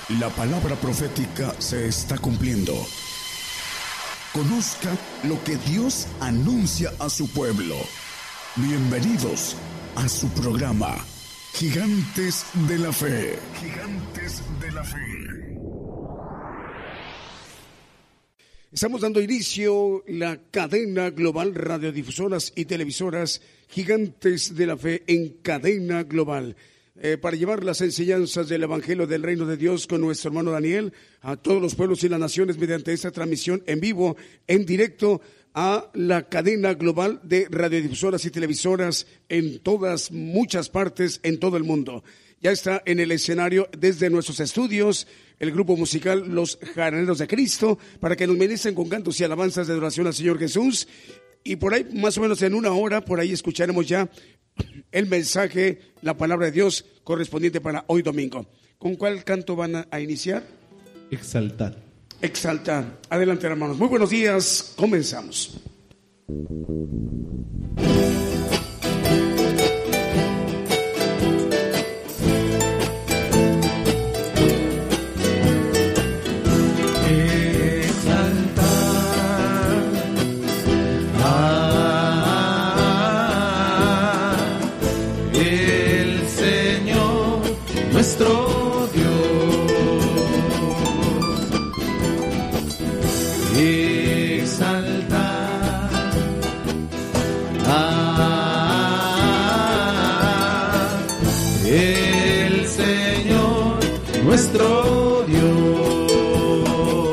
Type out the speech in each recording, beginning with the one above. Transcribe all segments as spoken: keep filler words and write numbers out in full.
La palabra profética se está cumpliendo. Conozca lo que Dios anuncia a su pueblo. Bienvenidos a su programa, Gigantes de la Fe. Gigantes de la Fe. Estamos dando inicio la cadena global radiodifusoras y televisoras Gigantes de la Fe en cadena global. Eh, para llevar las enseñanzas del Evangelio del Reino de Dios con nuestro hermano Daniel a todos los pueblos y las naciones mediante esta transmisión en vivo, en directo a la cadena global de radiodifusoras y televisoras en todas, muchas partes, en todo el mundo. Ya está en el escenario desde nuestros estudios el grupo musical Los Jaraneros de Cristo para que nos ministren con cantos y alabanzas de adoración al Señor Jesús. Y por ahí, más o menos en una hora, por ahí escucharemos ya el mensaje, la palabra de Dios correspondiente para hoy domingo. ¿Con cuál canto van a, a iniciar? Exaltar. Exaltar. Adelante, hermanos. Muy buenos días. Comenzamos. Nuestro Dios, exaltar, ah, el Señor, nuestro Dios,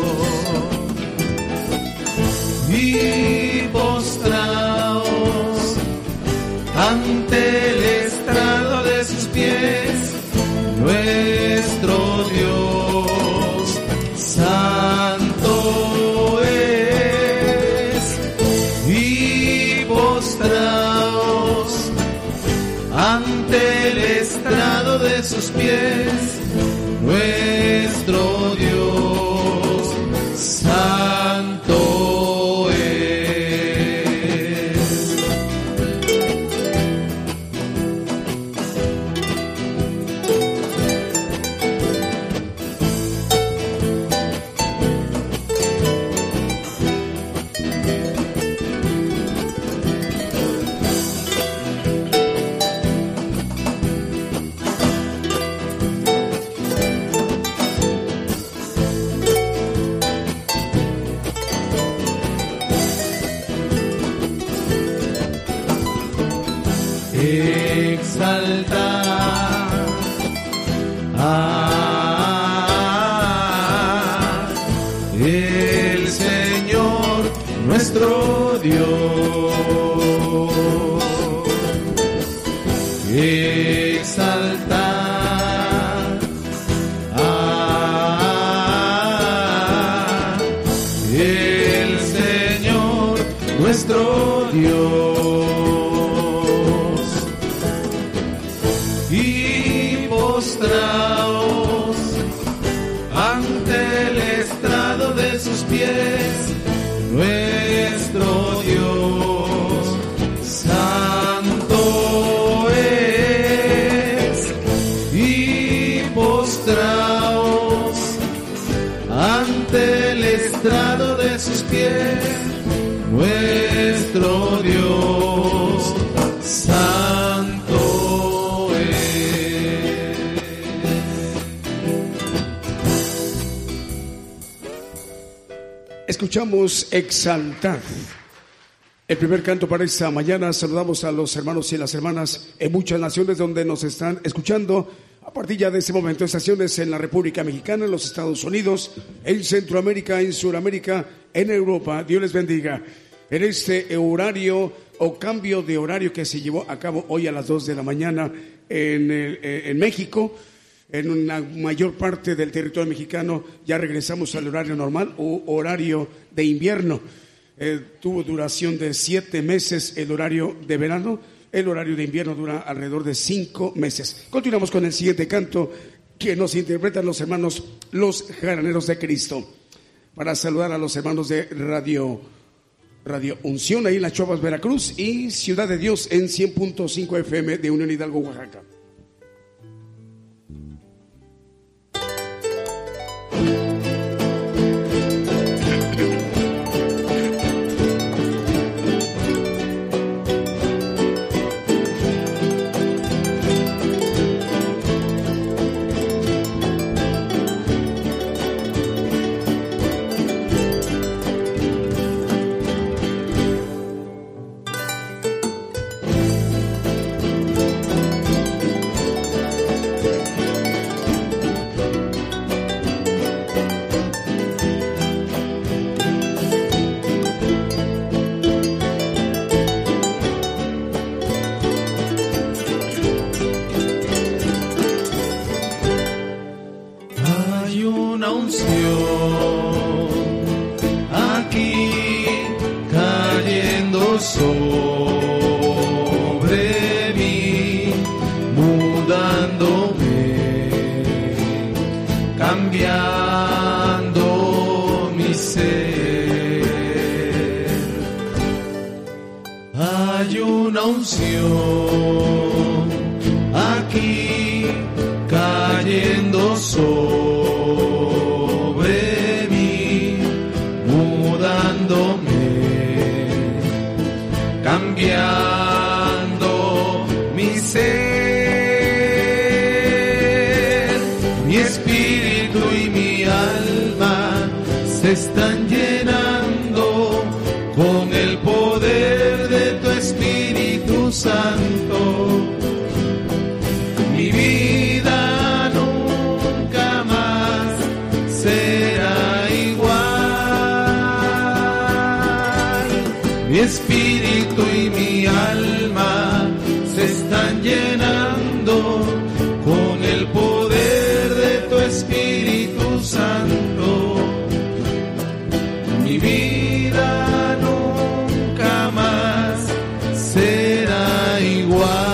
y postraos ante el estrado de sus pies. Nuestro Dios santo es, y postraos ante el estrado de sus pies. Nuestro Dios santo es. Exaltar, ah, el Señor nuestro Dios, exaltar, ah, el Señor nuestro Dios. Postraos ante el estrado de sus pies. Nuestro Dios santo es, y postraos ante el estrado de sus pies. Nuestro Dios santo es. Escuchamos Exaltar. El primer canto para esta mañana. Saludamos a los hermanos y las hermanas en muchas naciones donde nos están escuchando. A partir ya de este momento, estaciones en la República Mexicana, en los Estados Unidos, en Centroamérica, en Sudamérica, en Europa. Dios les bendiga. En este horario o cambio de horario que se llevó a cabo hoy a las dos de la mañana en, el, en México, en una mayor parte del territorio mexicano ya regresamos al horario normal o horario de invierno. Eh, tuvo duración de siete meses el horario de verano, el horario de invierno dura alrededor de cinco meses. Continuamos con el siguiente canto que nos interpretan los hermanos Los Jaraneros de Cristo. Para saludar a los hermanos de Radio, Radio Unción, ahí en Las Chuapas, Veracruz, y Ciudad de Dios en cien punto cinco F M de Unión Hidalgo, Oaxaca. cambiando mi ser. Hay una unción aquí cayendo sobre mí, mudándome, cambiando mi ser. Mi espíritu y mi alma se están llenando con el poder de tu Espíritu Santo. Mi vida nunca más será igual. Mi espíritu y mi alma se están llenando con el poder de tu Espíritu Santo. Mi vida nunca más será igual.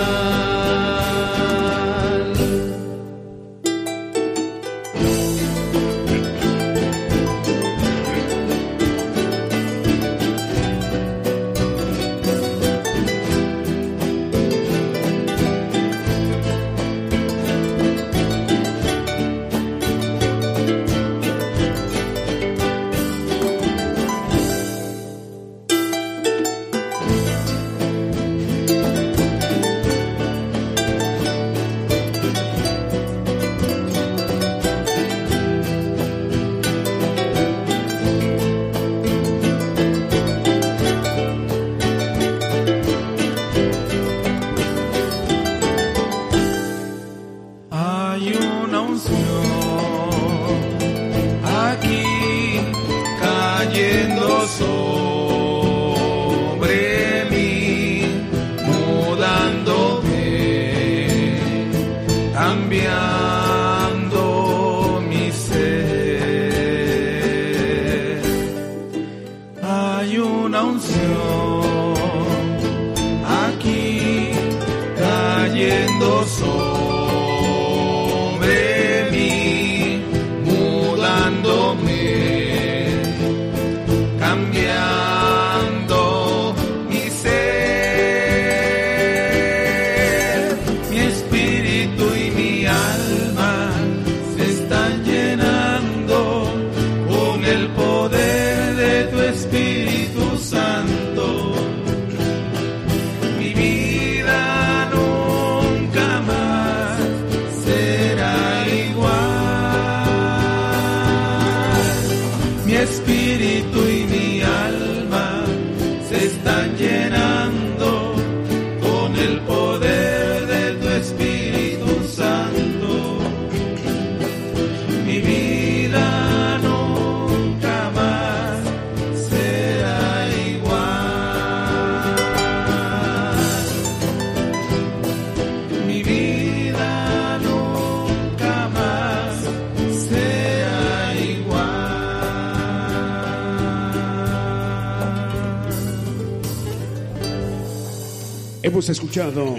Hemos escuchado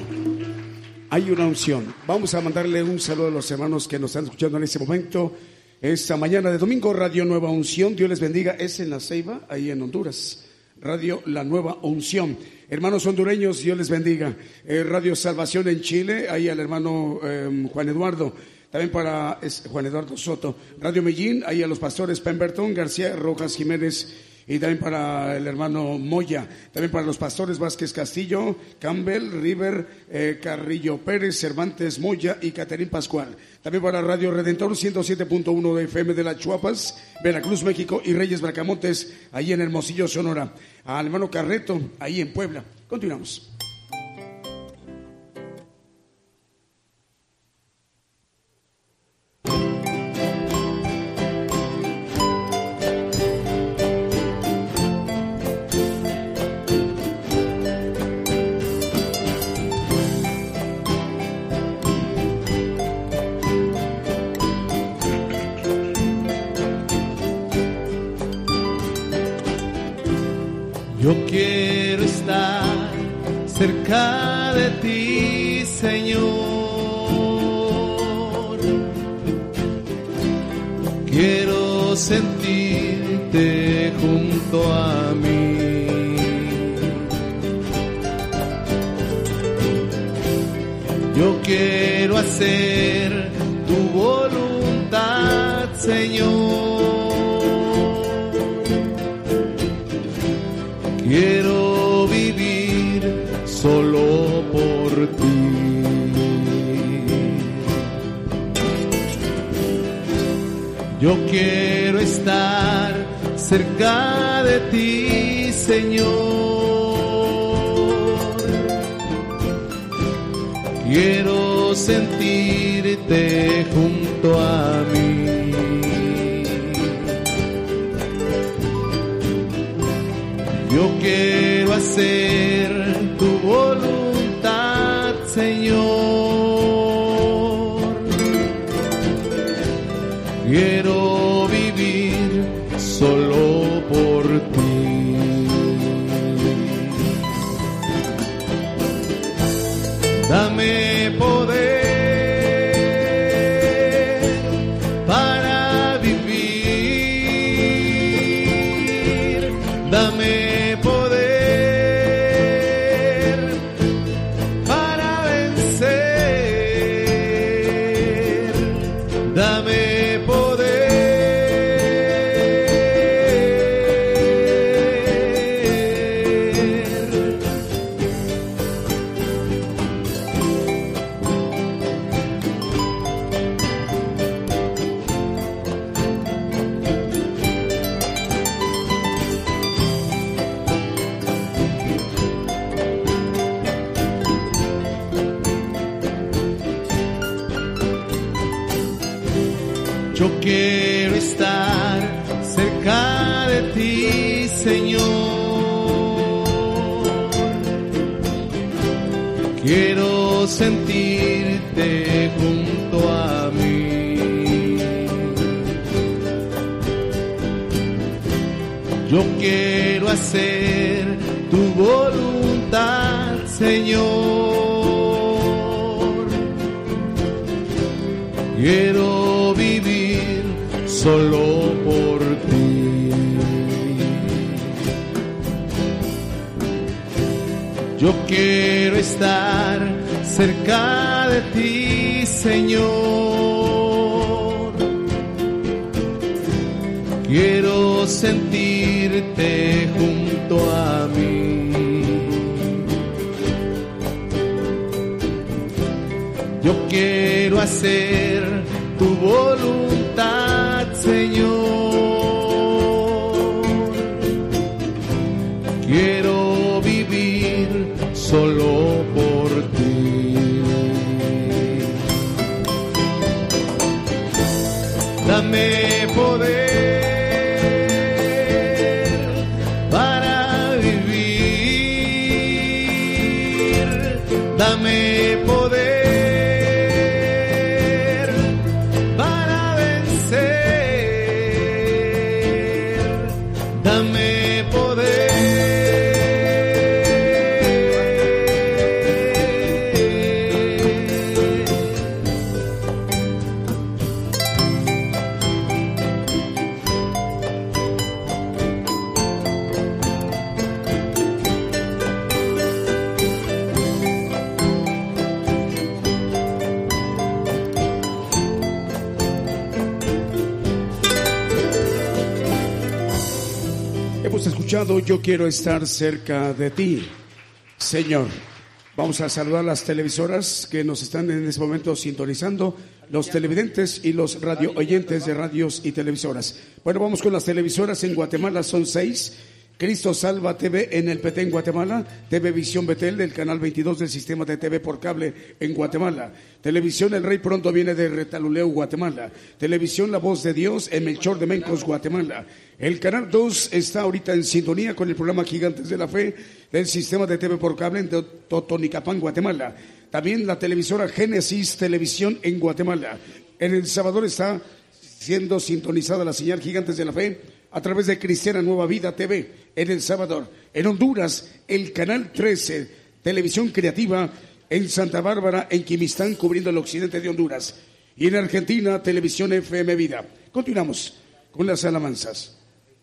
Hay una unción. Vamos a mandarle un saludo a los hermanos que nos están escuchando en este momento. Esta mañana de domingo, Radio Nueva Unción. Dios les bendiga. Es en La Ceiba, ahí en Honduras. Radio La Nueva Unción. Hermanos hondureños, Dios les bendiga. Eh, Radio Salvación en Chile, ahí al hermano eh, Juan Eduardo. También para es, Juan Eduardo Soto. Radio Medellín, ahí a los pastores Pemberton, García, Rojas, Jiménez. Y también para el hermano Moya, también para los pastores Vázquez Castillo, Campbell, River, eh, Carrillo Pérez, Cervantes Moya y Caterín Pascual. También para Radio Redentor ciento siete punto uno de F M de las Chuapas, Veracruz, México y Reyes Bracamontes, ahí en Hermosillo, Sonora. Al hermano Carreto, ahí en Puebla. Continuamos. Yo quiero estar sentirte junto a mí. Yo quiero hacer tu voluntad, Señor. Quiero vivir solo por ti. Yo quiero estar cerca de ti, Señor. Quiero sentirte junto a mí. Yo quiero hacer tu voluntad, Señor. Quiero vivir solo por ti. Dame poder para vivir. Dame poder para vencer. Dame poder. Yo quiero estar cerca de ti, Señor. Quiero sentirte junto a mí. Yo quiero hacer tu voluntad, Señor. Quiero vivir solo por ti. Yo quiero estar cerca de ti, Señor. Quiero sentirte junto a mí. Yo quiero hacer tu voluntad, Señor. Quiero vivir solo por ti. Dame poder para vivir. Dame poder. Dame poder. Hemos escuchado Yo quiero estar cerca de ti, Señor. Vamos a saludar las televisoras que nos están en este momento sintonizando, los televidentes y los radio oyentes de radios y televisoras. Bueno, vamos con las televisoras en Guatemala, son seis. Cristo Salva T V en el Petén, Guatemala. T V Visión Betel del canal veintidós del sistema de T V por cable en Guatemala. Televisión El Rey Pronto Viene de Retaluleu, Guatemala. Televisión La Voz de Dios en Melchor de Mencos, Guatemala. El canal dos está ahorita en sintonía con el programa Gigantes de la Fe del sistema de T V por cable en Totonicapán, Guatemala. También la televisora Génesis Televisión en Guatemala. En El Salvador está siendo sintonizada la señal Gigantes de la Fe a través de Cristiana Nueva Vida T V en El Salvador. En Honduras, el canal trece, Televisión Creativa en Santa Bárbara, en Quimistán, cubriendo el occidente de Honduras. Y en Argentina, Televisión F M Vida. Continuamos con las alabanzas.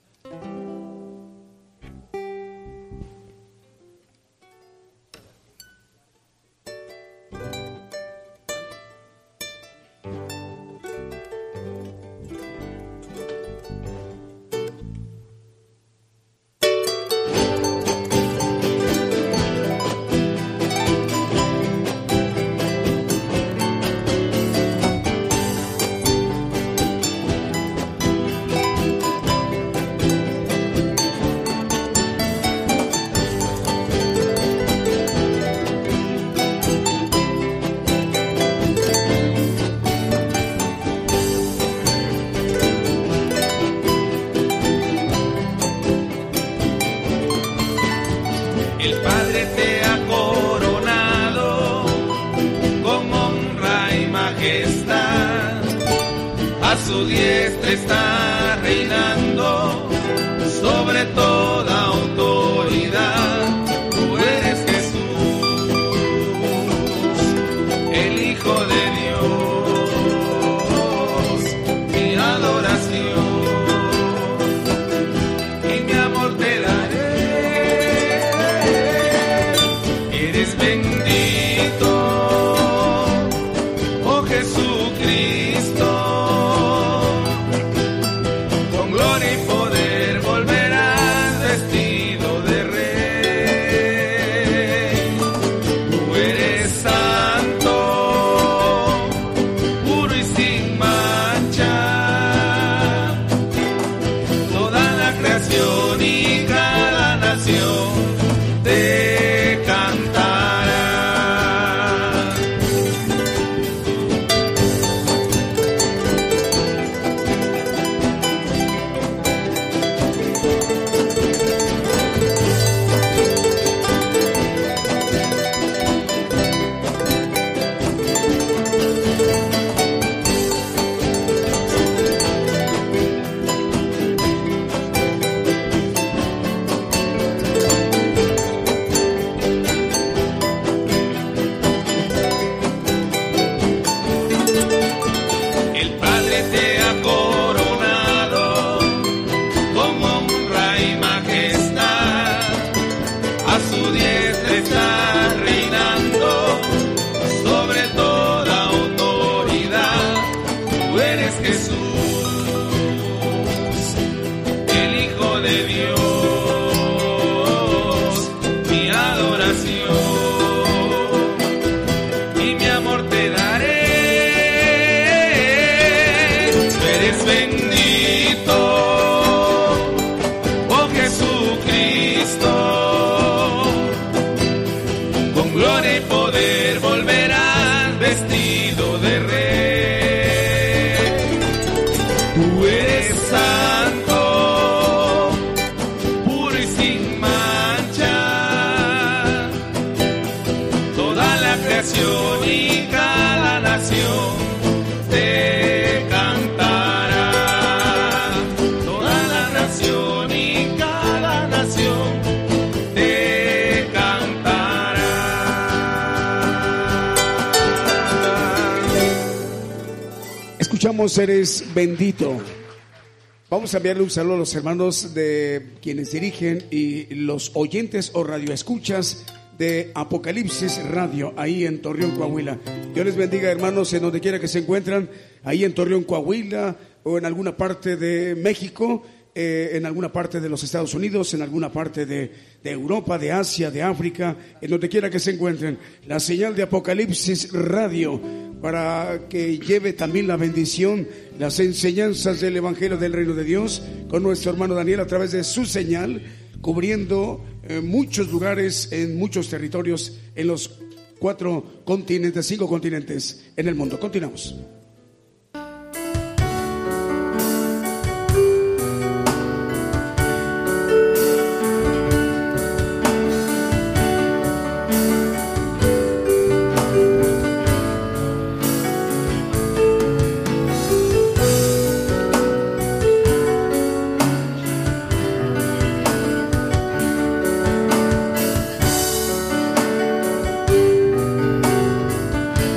Eres bendito. Vamos a enviarle un saludo a los hermanos de quienes dirigen y los oyentes o radioescuchas de Apocalipsis Radio, ahí en Torreón, Coahuila. Dios les bendiga, hermanos, en donde quiera que se encuentran, ahí en Torreón, Coahuila, o en alguna parte de México, eh, en alguna parte de los Estados Unidos, en alguna parte de, de Europa, de Asia, de África, en donde quiera que se encuentren. La señal de Apocalipsis Radio, para que lleve también la bendición, las enseñanzas del Evangelio del Reino de Dios, con nuestro hermano Daniel a través de su señal, cubriendo eh, muchos lugares en muchos territorios en los cuatro continentes, cinco continentes en el mundo. Continuamos.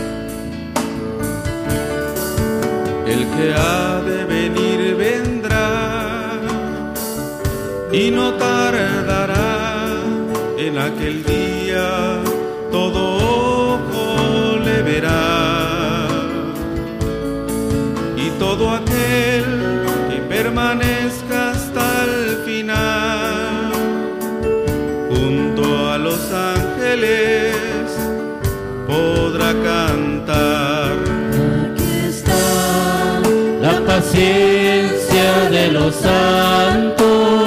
El que ha de venir vendrá y no tardará. En aquel día todo ojo le verá, y todo aquel que permanezca hasta el final, junto a los ángeles podrá cantar. Aquí está la paciencia de los santos,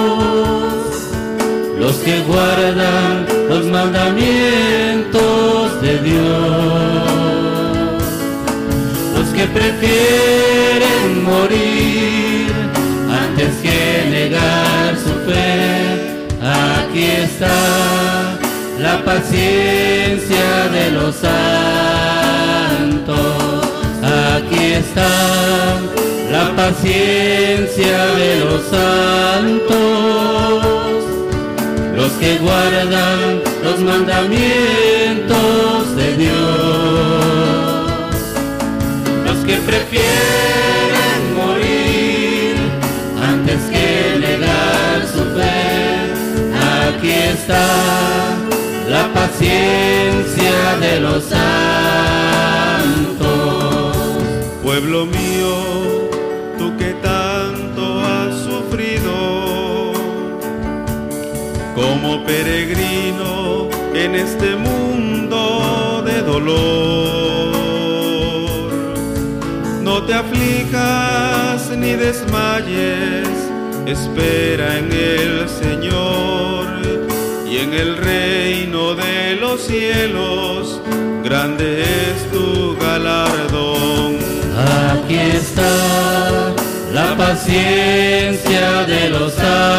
los que guardan los mandamientos de Dios, los que prefieren morir antes que negar su fe. Aquí está la paciencia de los santos, aquí está la paciencia de los santos, los que guardan los mandamientos de Dios, los que prefieren morir antes que negar su fe. Aquí está la paciencia de los santos. Pueblo mío, tú que tanto has sufrido como peregrino en este mundo de dolor, no te aflijas ni desmayes, espera en el Señor, y en el reino de los cielos grande es tu galardón. Aquí está la paciencia de los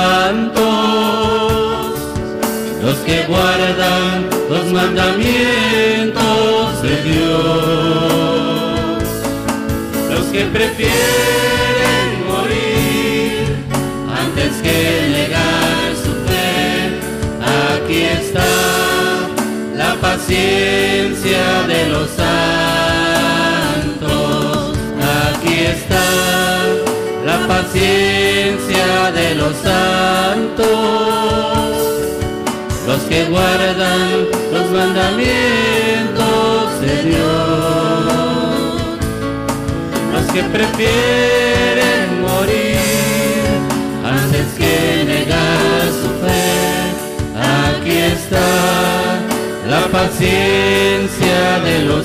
santos, los que guardan los mandamientos de Dios, los que prefieren morir antes que negar su fe. Aquí está la paciencia de los santos, aquí está la paciencia de los santos, los que guardan los mandamientos de Dios, los que prefieren morir antes que negar su fe. Aquí está la paciencia de los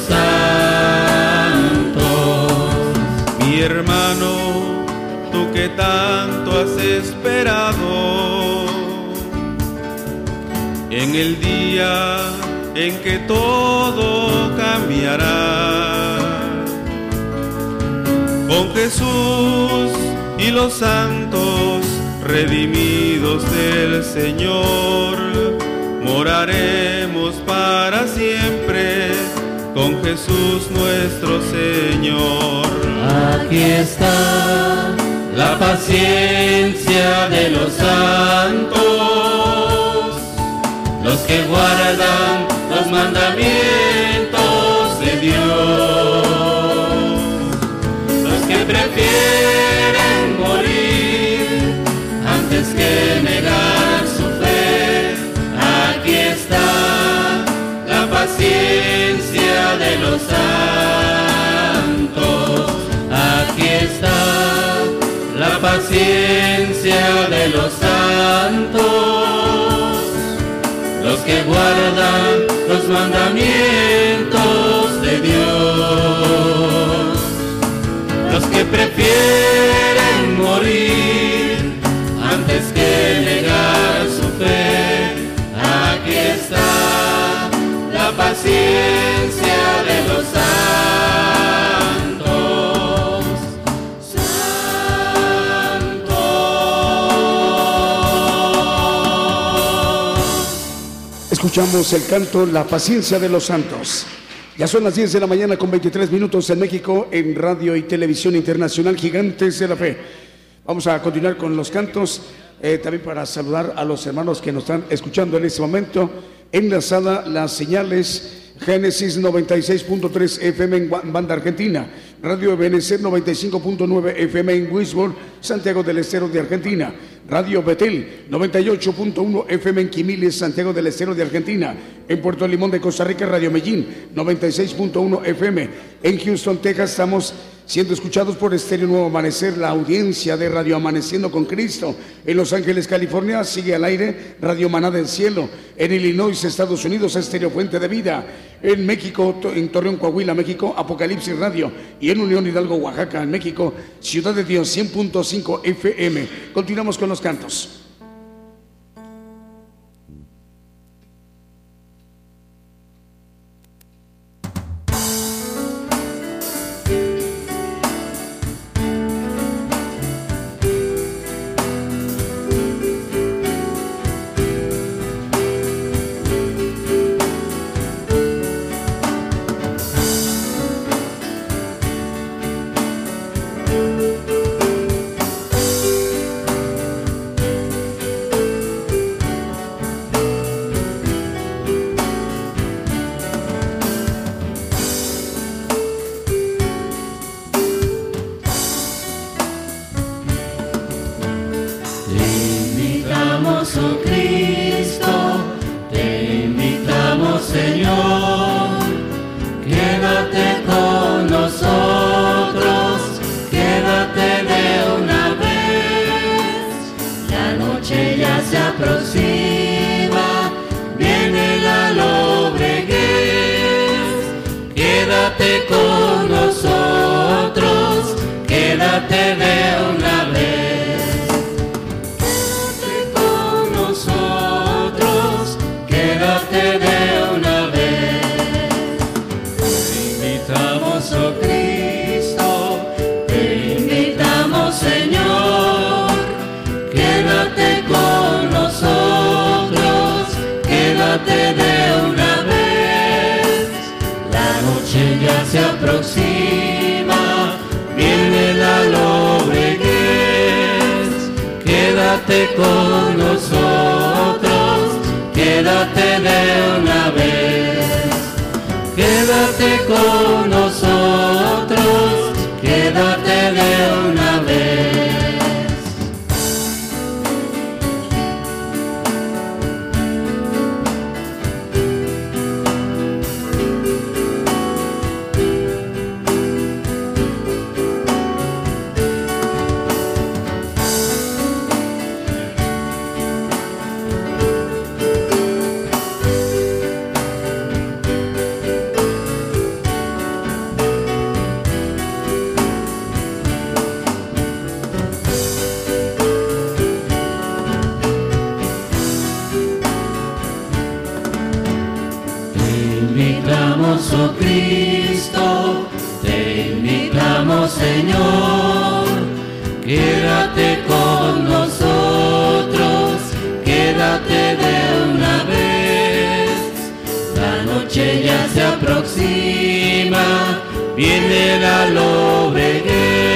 santos. Mi hermano, tú que tanto has esperado, en el día en que todo cambiará, con Jesús y los santos redimidos del Señor, moraremos para siempre con Jesús nuestro Señor. Aquí está la paciencia de los santos, los que guardan los mandamientos de Dios, los que prefieren morir antes que negar su fe. Aquí está la paciencia de los santos, aquí está la paciencia de los santos, los que guardan los mandamientos de Dios, los que prefieren morir antes que negar su fe. Aquí está la paciencia de los santos, santos. Escuchamos el canto La paciencia de los santos. Ya son las diez de la mañana con veintitrés minutos en México, en Radio y Televisión Internacional Gigantes de la Fe. Vamos a continuar con los cantos, eh, también para saludar a los hermanos que nos están escuchando en este momento. Enlazada las señales Génesis noventa y seis punto tres F M en Banda Argentina, Radio Ebenecer noventa y cinco punto nueve F M en Wisborne, Santiago del Estero de Argentina, Radio Betel noventa y ocho punto uno F M en Quimiles, Santiago del Estero de Argentina, en Puerto Limón de Costa Rica, Radio Medellín noventa y seis punto uno F M, en Houston, Texas, estamos siendo escuchados por Estéreo Nuevo Amanecer, la audiencia de Radio Amaneciendo con Cristo. En Los Ángeles, California, sigue al aire Radio Maná del Cielo. En Illinois, Estados Unidos, Estéreo Fuente de Vida. En México, en Torreón, Coahuila, México, Apocalipsis Radio. Y en Unión Hidalgo, Oaxaca, en México, Ciudad de Dios, cien punto cinco F M. Continuamos con los cantos. Con nosotros, quédate de una vez, quédate con nosotros, quédate de una vez. Oh Cristo, te invitamos, Señor, quédate con nosotros, quédate de una vez. La noche ya se aproxima, viene la lobreguez.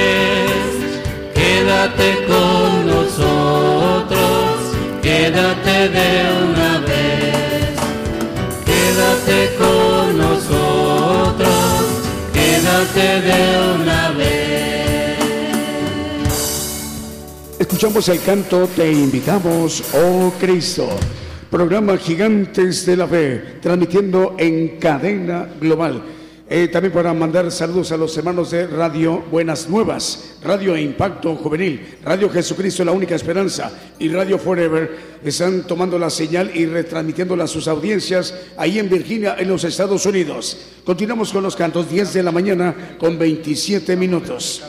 Quédate con nosotros, quédate de una vez. Quédate con nosotros, quédate de una vez. Escuchamos el canto Te invitamos, oh Cristo. Programa Gigantes de la Fe, transmitiendo en cadena global. Eh, también para mandar saludos a los hermanos de Radio Buenas Nuevas, Radio Impacto Juvenil, Radio Jesucristo la Única Esperanza y Radio Forever. Están tomando la señal y retransmitiéndola a sus audiencias ahí en Virginia, en los Estados Unidos. Continuamos con los cantos, diez de la mañana con veintisiete minutos.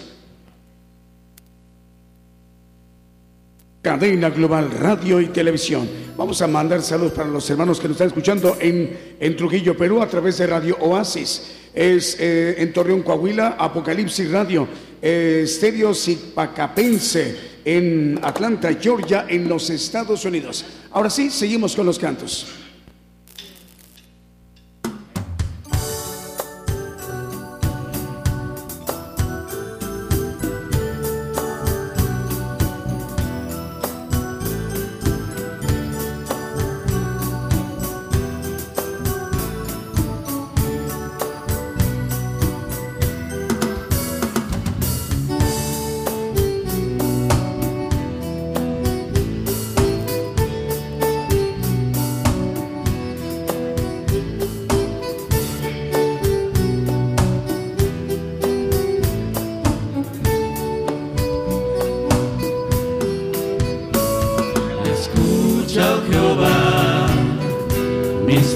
Cadena Global, Radio y Televisión. Vamos a mandar saludos para los hermanos que nos están escuchando en, en Trujillo, Perú, a través de Radio Oasis. Es eh, en Torreón, Coahuila, Apocalipsis Radio, eh, Estéreo Zipacapense, en Atlanta, Georgia, en los Estados Unidos. Ahora sí, seguimos con los cantos.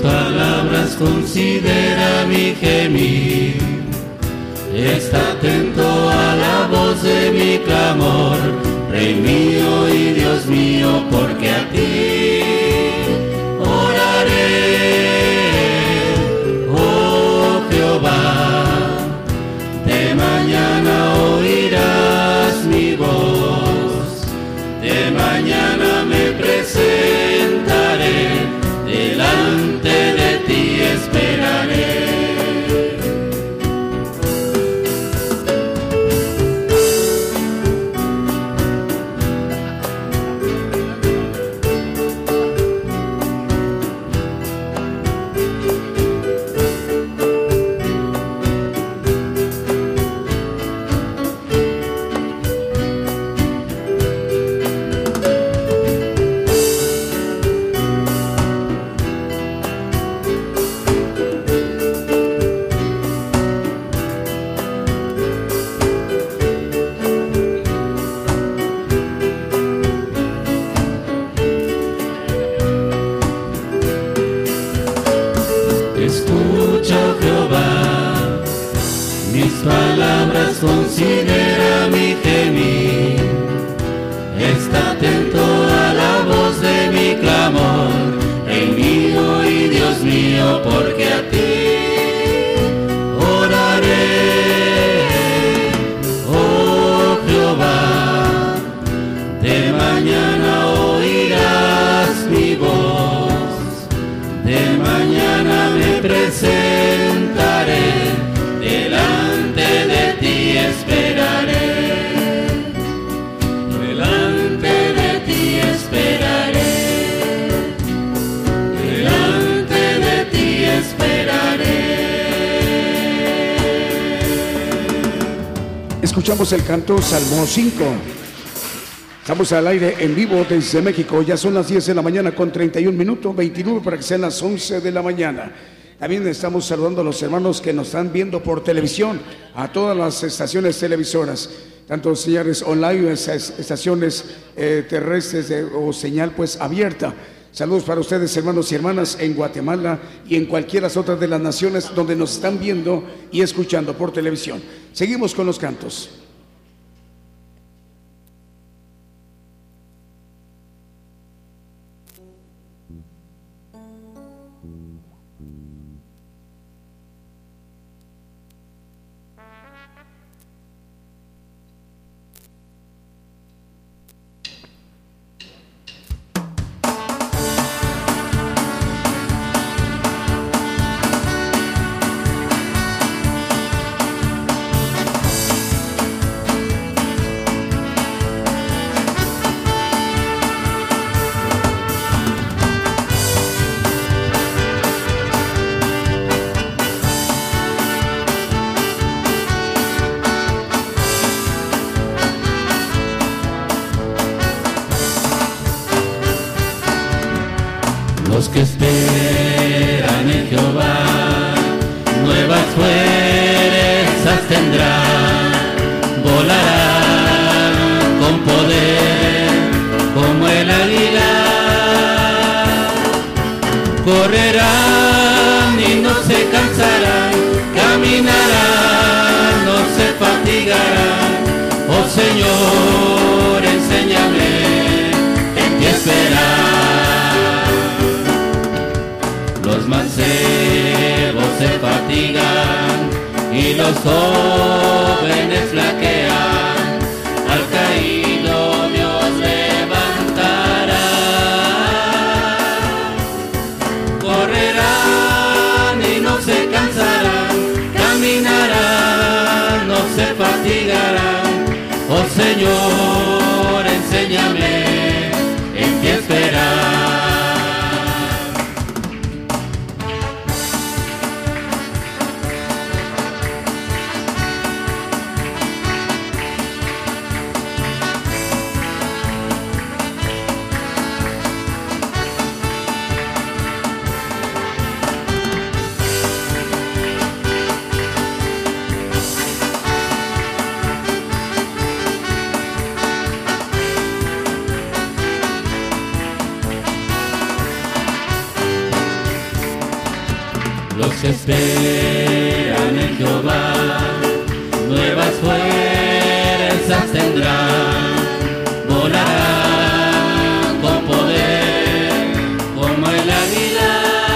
palabras considera mi gemir. Está atento a la voz de mi clamor, Rey mío y Dios mío, porque a ti oraré, oh Jehová. De mañana oirás mi voz, de mañana me presentaré, delante de ti esperaré. Considera mi gemir, está atento a la voz de mi clamor, Rey mío y Dios mío, porque a ti oraré, oh Jehová. De mañana oirás mi voz, de mañana me presentaré, delante de ti esperaré, delante de ti esperaré, delante de ti esperaré. Escuchamos el canto Salmo cinco. Estamos al aire en vivo desde México. Ya son las diez de la mañana con treinta y un minutos, veintinueve para que sean las once de la mañana. También estamos saludando a los hermanos que nos están viendo por televisión, a todas las estaciones televisoras, tanto señales online, estaciones eh, terrestres de, o señal pues abierta. Saludos para ustedes, hermanos y hermanas, en Guatemala y en cualquiera otra de las naciones donde nos están viendo y escuchando por televisión. Seguimos con los cantos. Los que esperan en Jehová, nuevas fuerzas tendrán, volarán con poder como el águila, correrán y no se cansarán, caminarán, no se fatigarán. Oh Señor, enséñame en ti esperar. Los mancebos se fatigan y los jóvenes flaquean, al caído Dios levantará. Correrán y no se cansarán, caminarán, no se fatigarán. Oh Señor, enséñame en ti esperar. esperan en Jehová, nuevas fuerzas tendrán, volarán con poder como el águila,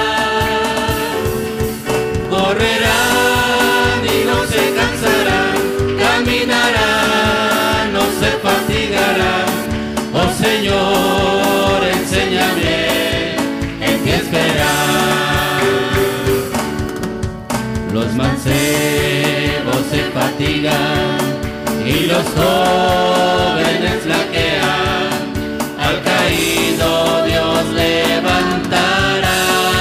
correrán y no se cansarán, caminarán, no se fatigarán. Oh Señor, enséñame en qué esperar. Los mancebos se fatigan y los jóvenes flaquean, al caído Dios levantará.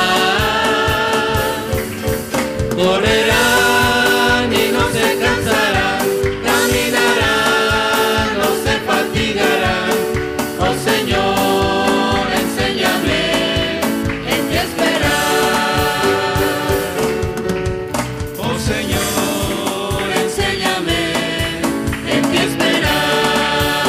Correrán y no se cansarán, caminarán, no se fatigarán. Oh Señor, enséñame en qué esperar. Oh Señor, enséñame en qué esperar.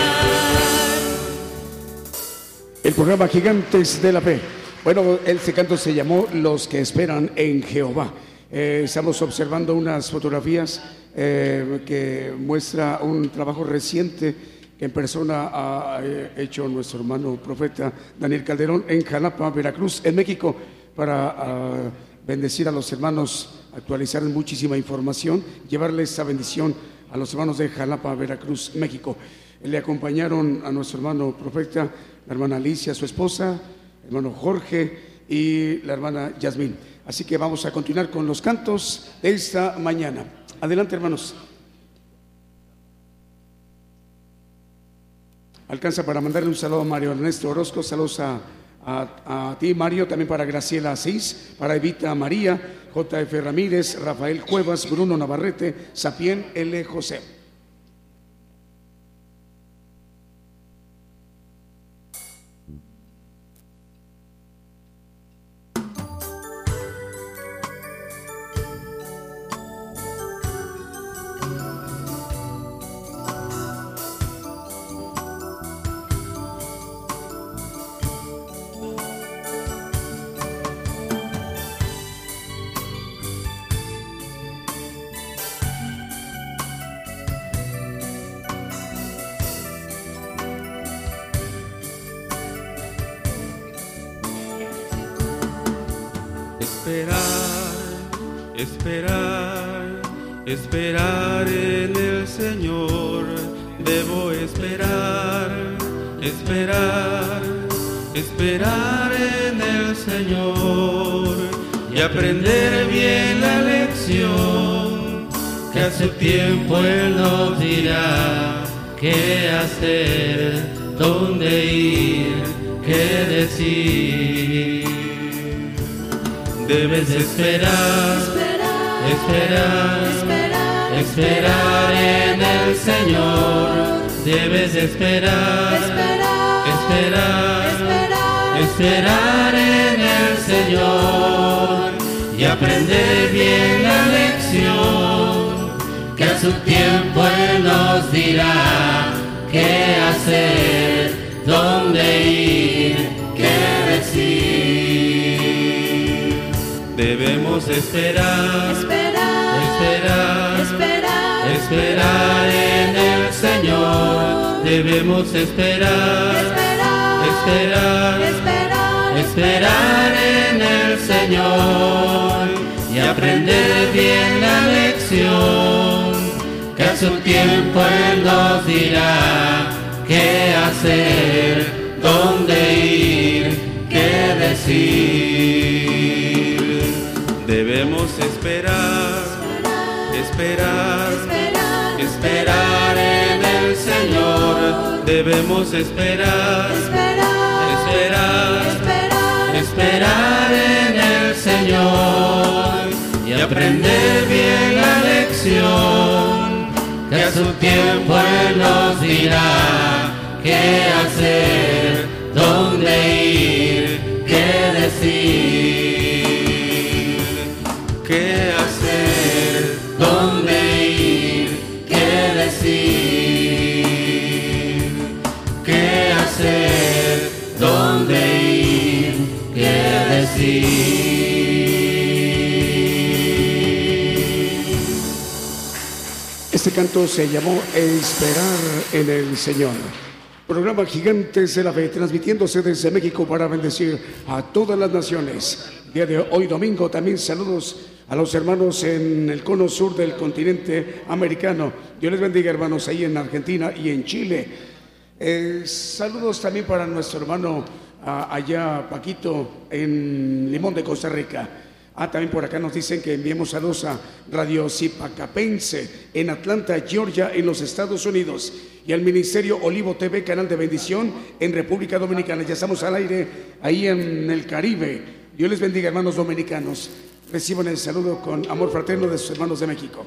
El programa Gigantes de la Fe. Bueno, este canto se llamó Los que esperan en Jehová. Eh, estamos observando unas fotografías eh, que muestra un trabajo reciente que en persona ha eh, hecho nuestro hermano profeta Daniel Calderón en Jalapa, Veracruz, en México, para uh, bendecir a los hermanos, actualizar muchísima información, llevarle esta bendición a los hermanos de Jalapa, Veracruz, México. Le acompañaron a nuestro hermano profeta, la hermana Alicia, su esposa, el hermano Jorge y la hermana Yasmín. Así que vamos a continuar con los cantos de esta mañana. Adelante, hermanos. Alcanza para mandarle un saludo a Mario Ernesto Orozco, saludos a, a, a ti, Mario, también para Graciela Asís, para Evita María, J F Ramírez, Rafael Cuevas, Bruno Navarrete, Sapien L. José. Esperar, esperar, esperar en el Señor. Debo esperar, esperar, esperar en el Señor y aprender bien la lección, que a su tiempo Él nos dirá qué hacer, dónde ir, qué decir. Debes esperar, esperar, esperar, esperar en el Señor. Debes esperar, esperar, esperar, esperar en el Señor y aprender bien la lección, que a su tiempo Él nos dirá qué hacer, dónde ir, qué decir. Debemos esperar, esperar, esperar, esperar, esperar en el Señor. Debemos esperar, esperar, esperar, esperar, esperar en el Señor y aprender bien la lección, que a su tiempo Él nos dirá qué hacer, dónde ir, qué decir. Debemos esperar, esperar, esperar, esperar en el Señor. Debemos esperar, esperar, esperar, esperar, esperar en el Señor y aprender bien la lección, que a su tiempo Él nos dirá qué hacer, dónde ir, qué decir. ¿Qué hacer? ¿Dónde ir? ¿Qué decir? ¿Qué hacer? ¿Dónde ir? ¿Qué decir? Este canto se llamó Esperar en el Señor. Programa Gigantes de la Fe, transmitiéndose desde México para bendecir a todas las naciones. Día de hoy domingo, también saludos a los hermanos en el cono sur del continente americano. Dios les bendiga, hermanos, ahí en Argentina y en Chile. Eh, saludos también para nuestro hermano uh, allá, Paquito, en Limón de Costa Rica. Ah, también por acá nos dicen que enviemos saludos a Radio Zipacapense en Atlanta, Georgia, en los Estados Unidos, y al Ministerio Olivo T V, canal de bendición en República Dominicana. Ya estamos al aire ahí en el Caribe. Dios les bendiga, hermanos dominicanos. Reciban el saludo con amor fraterno de sus hermanos de México.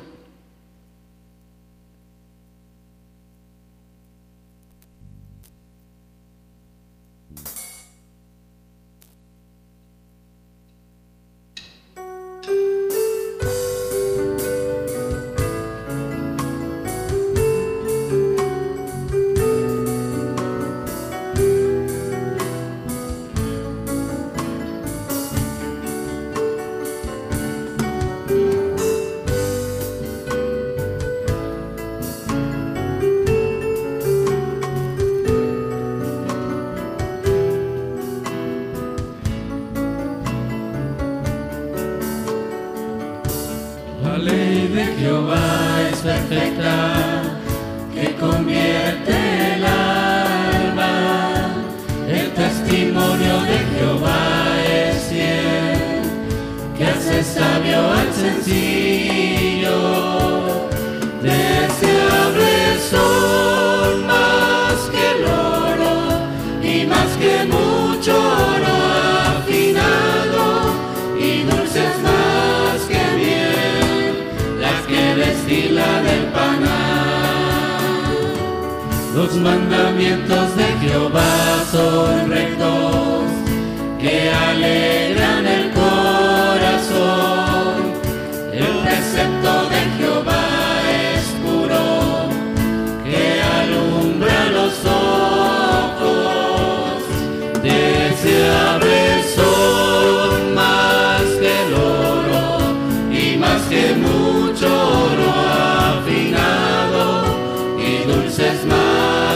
Los mandamientos de Jehová son rectos, que alegran el corazón. El precepto de Jehová es puro, que alumbra los ojos. Deseables son más que el oro y más que mucho oro afinado, y dulces más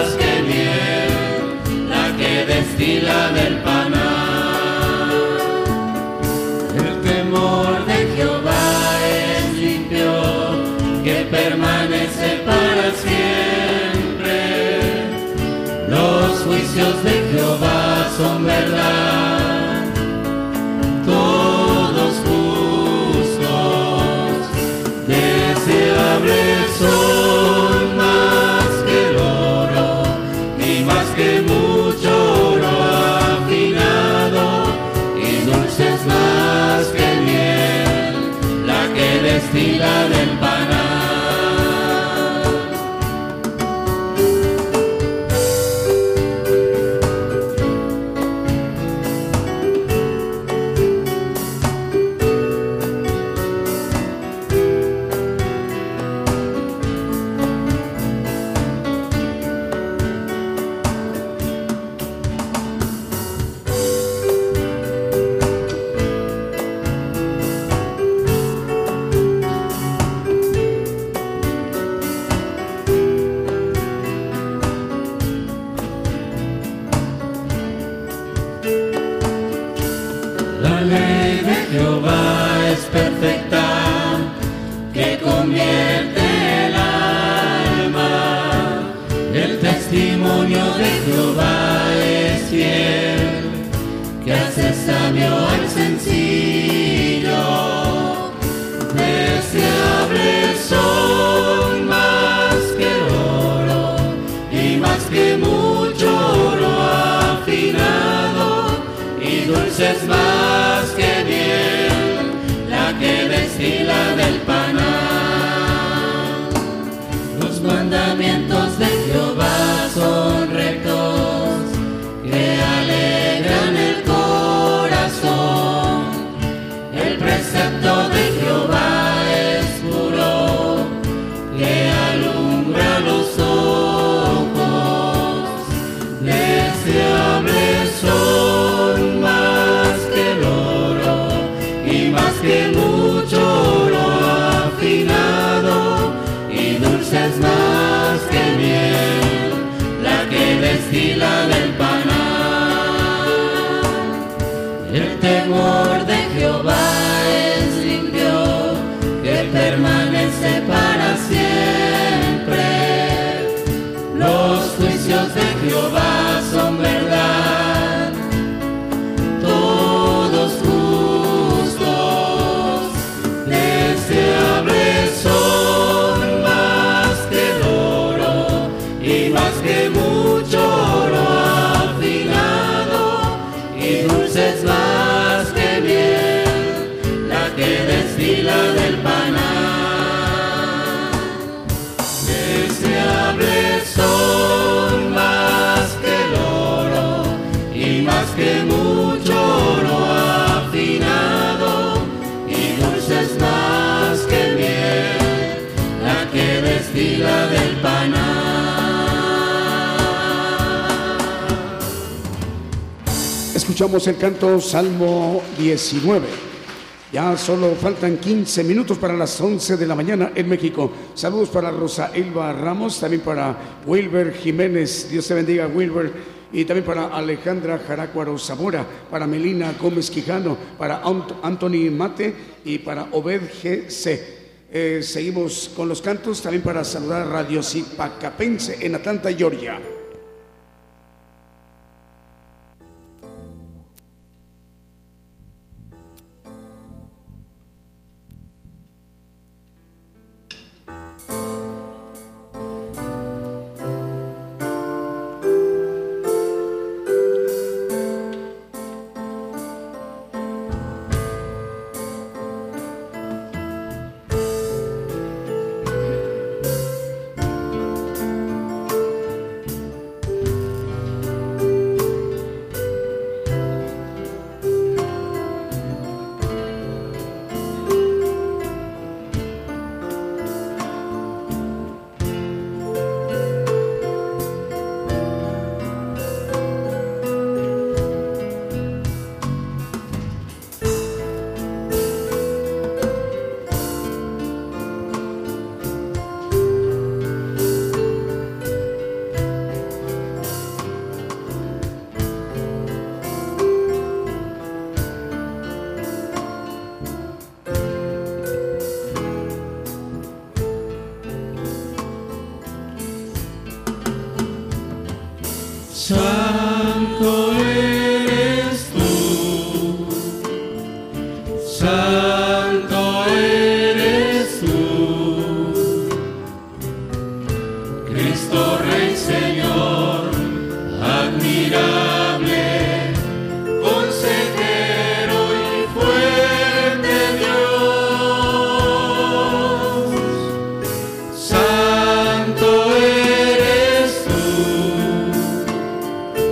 destila del panal. El temor de Jehová es limpio, que permanece para siempre. Los juicios de Jehová son verdad, todos justos. Deseables son más que el oro y más que mucho destila del panal. Es más que bien la que destila del panal. Los mandamientos de Jehová son rectos, que alegran el corazón. El precepto de Jehová es puro, que alumbra los ojos. Deseables son más que el oro y más que mucho oro afinado, y dulce dulces más que miel, la que destila del panal. El temor de Jehová es limpio, que permanece para siempre. Los juicios de Jehová son verdad, todos justos, deseables son más que el oro y más que mucho oro afinado, y dulces más que miel, la que destila del panal. Deseables son más que el oro y más que mucho oro afinado, y dulces más que miel, la que destila del panal. Escuchamos el canto Salmo diecinueve. Ya solo faltan quince minutos para las once de la mañana en México. Saludos para Rosa Elba Ramos, también para Wilber Jiménez. Dios te bendiga, Wilber. Y también para Alejandra Jarácuaro Zamora, para Melina Gómez Quijano, para Ant- Anthony Mate y para Obed G C. Eh, seguimos con los cantos, también para saludar a Radio Zipacapense en Atlanta, Georgia. Santo eres tú, santo eres tú, Cristo Rey Señor, admirable, consejero y fuerte Dios. Santo eres tú,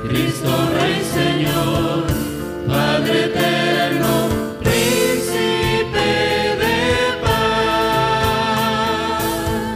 Cristo Rey Señor, Padre eterno, Príncipe de paz.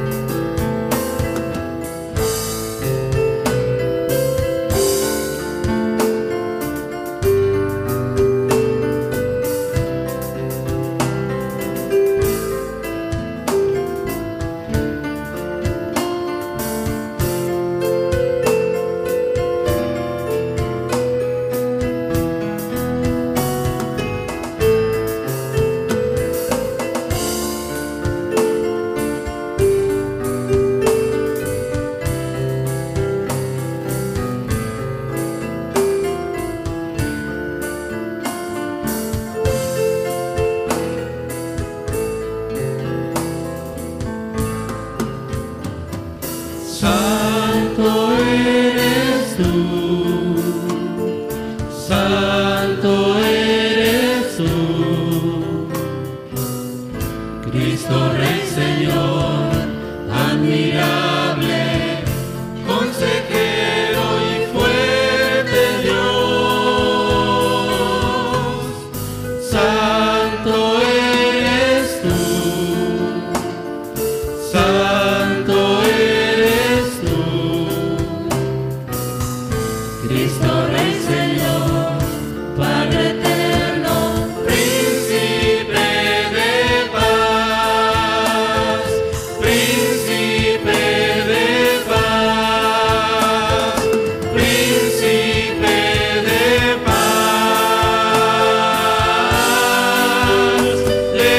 Santo eres tú, santo eres tú, Cristo Rey Señor, admirable, consejero y fuerte Dios. Santo eres tú, santo eres tú, Cristo Rey Señor, Padre eterno, Príncipe de paz, Príncipe de paz, Príncipe de paz, de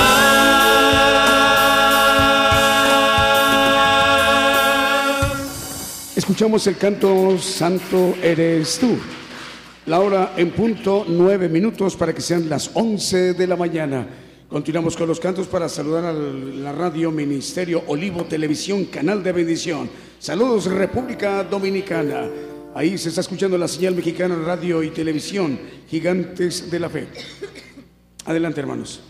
paz. Escuchamos el canto Santo eres tú. La hora en punto, nueve minutos para que sean las once de la mañana. Continuamos con los cantos para saludar a la radio Ministerio Olivo Televisión, Canal de Bendición. Saludos República Dominicana. Ahí se está escuchando la señal mexicana radio y televisión, Gigantes de la Fe. Adelante, hermanos.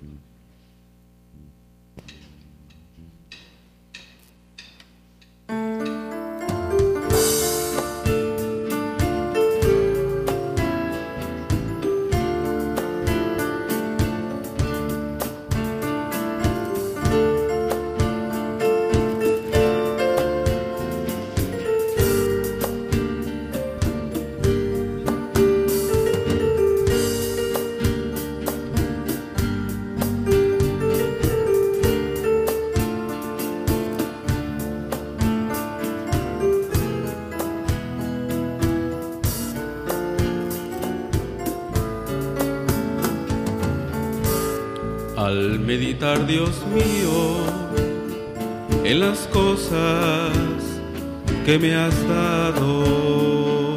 Al meditar, Dios mío, en las cosas que me has dado,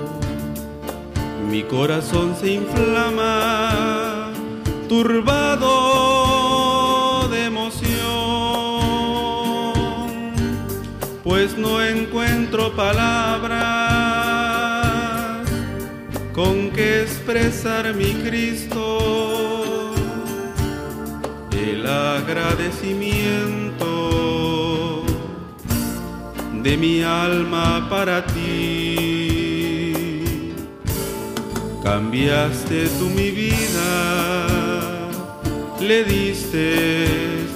mi corazón se inflama, turbado de emoción, pues no encuentro palabras con que expresar mi Cristo el agradecimiento de mi alma para ti. Cambiaste tú mi vida, le diste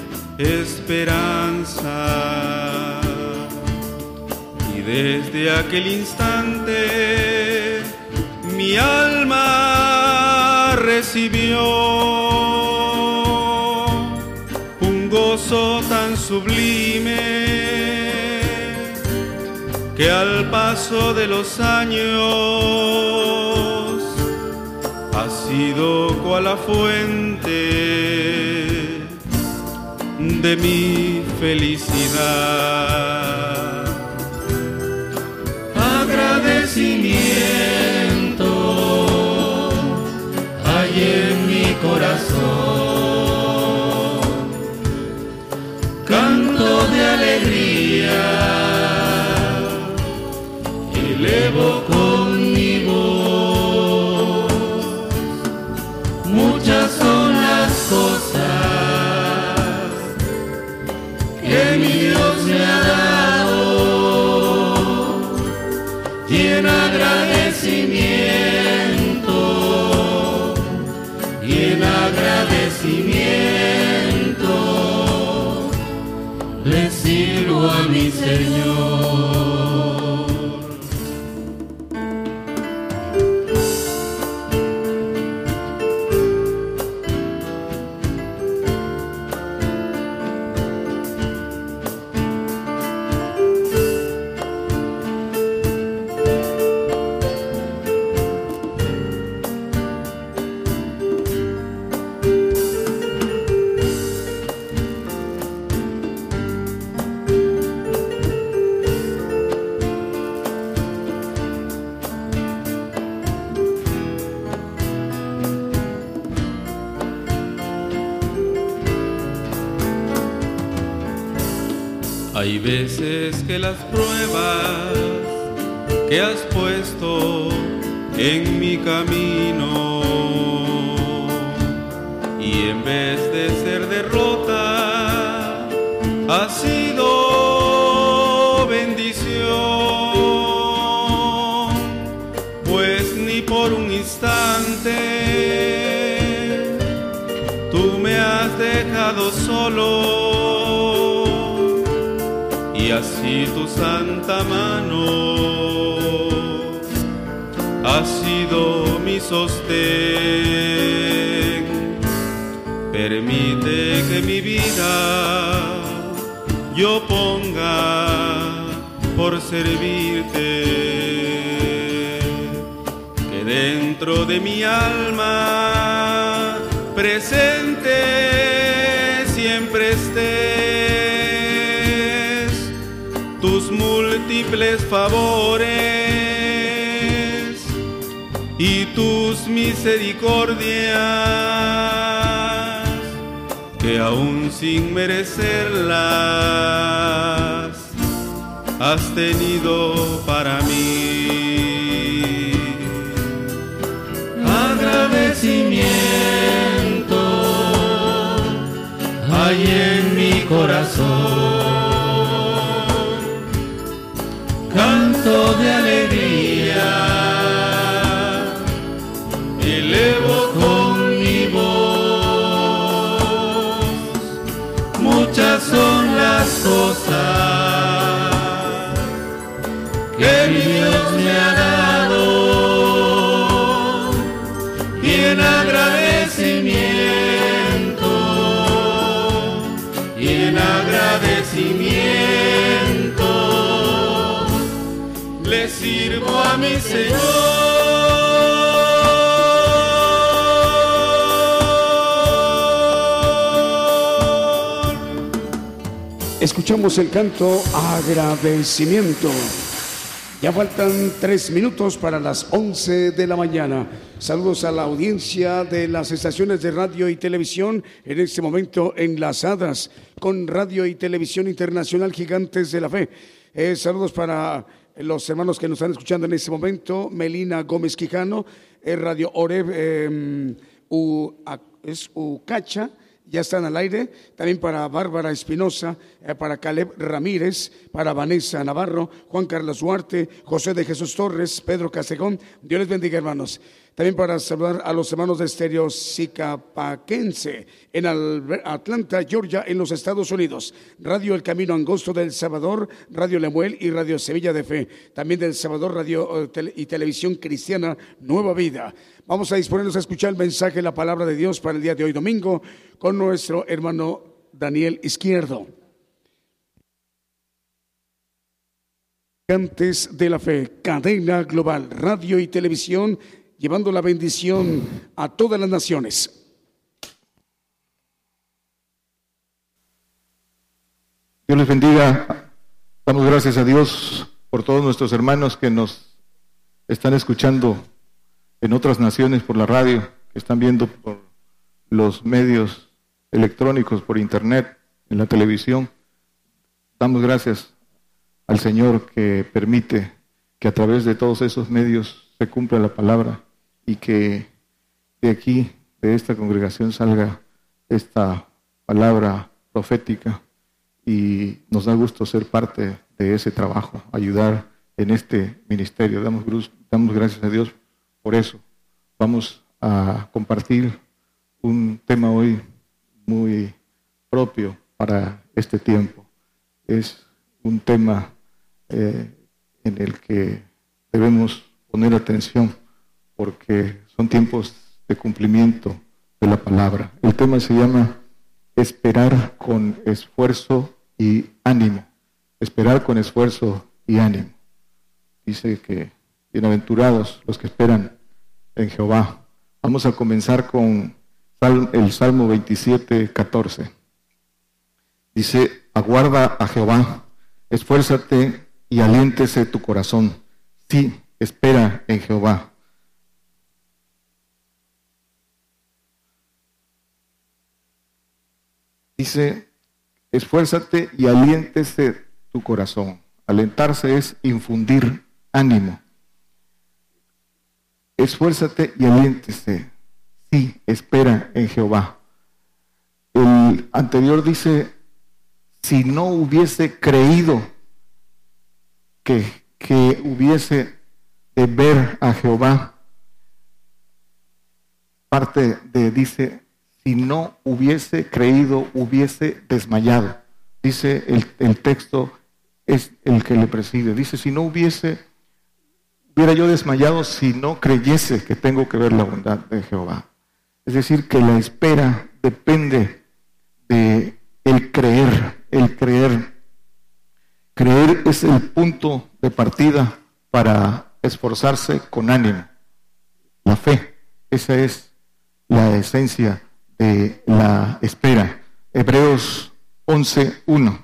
esperanza, y desde aquel instante mi alma recibió gozo tan sublime que al paso de los años ha sido cual la fuente de mi felicidad. Agradecimiento hay en mi corazón, canto de alegría, elevo con mi voz. Muchas son las cosas que mi Dios me ha dado, y en agradecimiento, y en agradecimiento le sirvo a mi Señor. Hay veces que las pruebas que has puesto en mi camino, y en vez de ser derrota, ha sido bendición, pues ni por un instante tú me has dejado solo. Y así tu santa mano ha sido mi sostén. Permite que mi vida yo ponga por servirte, que dentro de mi alma presente siempre esté tus múltiples favores y tus misericordias, que aún sin merecerlas has tenido para mí. Agradecimiento hay en mi corazón, canto de alegría, elevo con mi voz. Muchas son las cosas que mi Dios me ha dado, y en agradecimiento, y en agradecimiento le sirvo a mi Señor. Escuchamos el canto Agradecimiento. Ya faltan tres minutos para las once de la mañana. Saludos a la audiencia de las estaciones de radio y televisión en este momento enlazadas con Radio y Televisión Internacional Gigantes de la Fe. Eh, saludos para los hermanos que nos están escuchando en este momento: Melina Gómez Quijano, eh, Radio Oreb, eh, U, a, es Ucacha, ya están al aire. También para Bárbara Espinosa, eh, para Caleb Ramírez, para Vanessa Navarro, Juan Carlos Duarte, José de Jesús Torres, Pedro Casegón. Dios les bendiga, hermanos. También para saludar a los hermanos de Estéreo Sicapaquense en Atlanta, Georgia, en los Estados Unidos. Radio El Camino Angosto del Salvador, Radio Lemuel y Radio Sevilla de Fe. También del Salvador, Radio y Televisión Cristiana Nueva Vida. Vamos a disponernos a escuchar el mensaje, la palabra de Dios para el día de hoy, domingo, con nuestro hermano Daniel Izquierdo. Gigantes de la Fe, cadena global, radio y televisión, llevando la bendición a todas las naciones. Dios les bendiga. Damos gracias a Dios por todos nuestros hermanos que nos están escuchando en otras naciones por la radio, que están viendo por los medios electrónicos, por internet, en la televisión. Damos gracias al Señor que permite que a través de todos esos medios se cumpla la palabra y que de aquí, de esta congregación, salga esta palabra profética, y nos da gusto ser parte de ese trabajo, ayudar en este ministerio. Damos, damos gracias a Dios por eso. Vamos a compartir un tema hoy muy propio para este tiempo. Es un tema eh, en el que debemos poner atención porque son tiempos de cumplimiento de la palabra. El tema se llama esperar con esfuerzo y ánimo. Esperar con esfuerzo y ánimo. Dice que bienaventurados los que esperan en Jehová. Vamos a comenzar con el Salmo veintisiete, catorce. Dice, aguarda a Jehová, esfuérzate y aliéntese tu corazón. Sí, espera en Jehová. Dice, esfuérzate y aliéntese tu corazón. Alentarse es infundir ánimo. Esfuérzate y aliéntese. Sí, espera en Jehová. El anterior dice, si no hubiese creído que, que hubiese de ver a Jehová, parte de, dice, si no hubiese creído, hubiese desmayado. Dice el, el texto, es el que le preside. Dice, si no hubiese, hubiera yo desmayado si no creyese que tengo que ver la bondad de Jehová. Es decir, que la espera depende de el creer, el creer. Creer es el punto de partida para esforzarse con ánimo. La fe, esa es la esencia de la espera. Hebreos once, uno.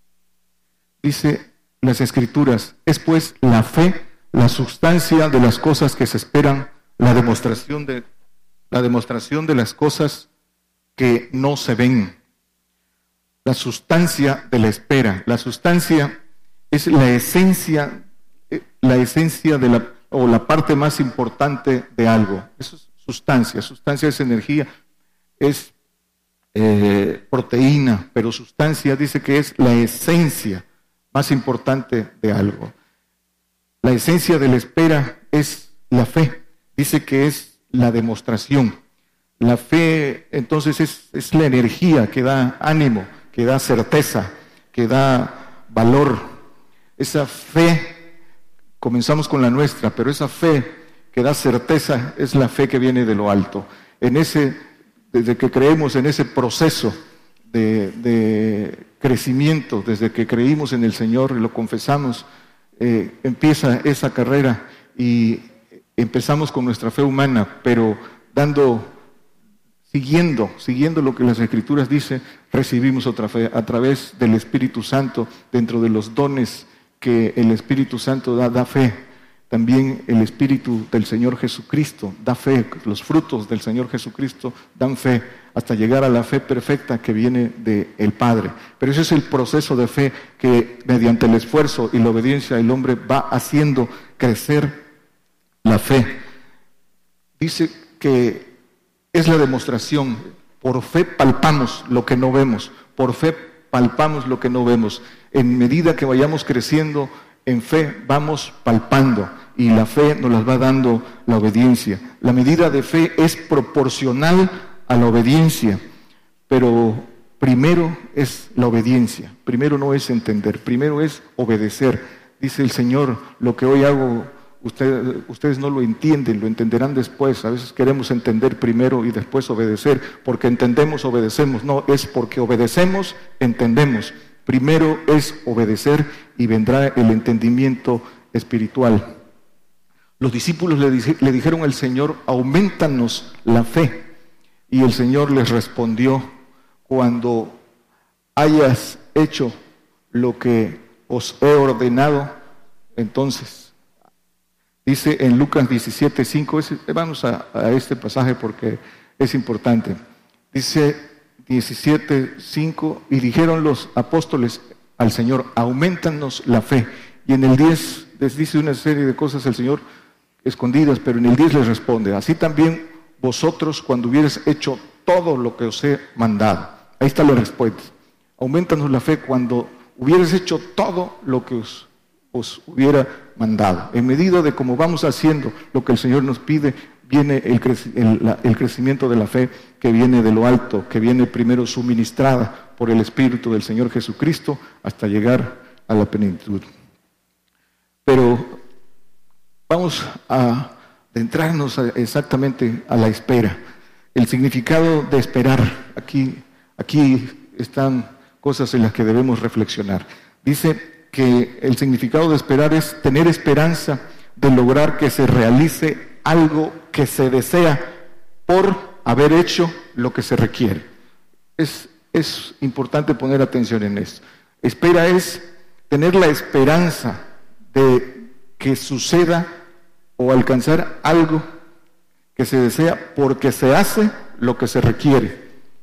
Dice las Escrituras, es pues la fe, la sustancia de las cosas que se esperan, la demostración de, la demostración de las cosas que no se ven. La sustancia de la espera. La sustancia es la esencia, la esencia de la, o la parte más importante de algo. Eso es sustancia. Sustancia es energía, es eh, proteína, pero sustancia dice que es la esencia más importante de algo. La esencia de la espera es la fe. Dice que es la demostración. La fe, entonces, es, es la energía que da ánimo, que da certeza, que da valor. Esa fe, comenzamos con la nuestra, pero esa fe que da certeza es la fe que viene de lo alto. En ese, desde que creemos en ese proceso de, de crecimiento, desde que creímos en el Señor y lo confesamos, eh, empieza esa carrera y empezamos con nuestra fe humana, pero dando, siguiendo, siguiendo lo que las Escrituras dicen, recibimos otra fe a través del Espíritu Santo, dentro de los dones que el Espíritu Santo da, da fe. También el Espíritu del Señor Jesucristo da fe, los frutos del Señor Jesucristo dan fe, hasta llegar a la fe perfecta que viene del Padre. Pero ese es el proceso de fe que mediante el esfuerzo y la obediencia el hombre va haciendo crecer la fe. Dice que es la demostración, por fe palpamos lo que no vemos, por fe palpamos lo que no vemos. En medida que vayamos creciendo en fe, vamos palpando y la fe nos las va dando la obediencia. La medida de fe es proporcional a la obediencia, pero primero es la obediencia, primero no es entender, primero es obedecer. Dice el Señor, lo que hoy hago, usted, ustedes no lo entienden, lo entenderán después. A veces queremos entender primero y después obedecer, porque entendemos, obedecemos. No, es porque obedecemos, entendemos. Primero es obedecer y vendrá el entendimiento espiritual. Los discípulos le, dije, le dijeron al Señor, aumentanos la fe. Y el Señor les respondió, cuando hayas hecho lo que os he ordenado, entonces, dice en Lucas diecisiete, cinco, vamos a, a este pasaje porque es importante. Dice diecisiete, cinco, y dijeron los apóstoles al Señor, aumentanos la fe. Y en el diez les dice una serie de cosas el Señor escondidas, pero en el diez les responde, así también vosotros cuando hubierais hecho todo lo que os he mandado. Ahí está la respuesta. Aumentanos la fe cuando hubierais hecho todo lo que os os hubiera mandado. En medida de cómo vamos haciendo lo que el Señor nos pide, viene el, crec- el, la, el crecimiento de la fe que viene de lo alto, que viene primero suministrada por el Espíritu del Señor Jesucristo hasta llegar a la plenitud. Pero vamos a adentrarnos a, exactamente a la espera. El significado de esperar, aquí, aquí están cosas en las que debemos reflexionar. Dice que el significado de esperar es tener esperanza de lograr que se realice algo que se desea por haber hecho lo que se requiere. Es, es importante poner atención en esto. Espera es tener la esperanza de que suceda o alcanzar algo que se desea porque se hace lo que se requiere.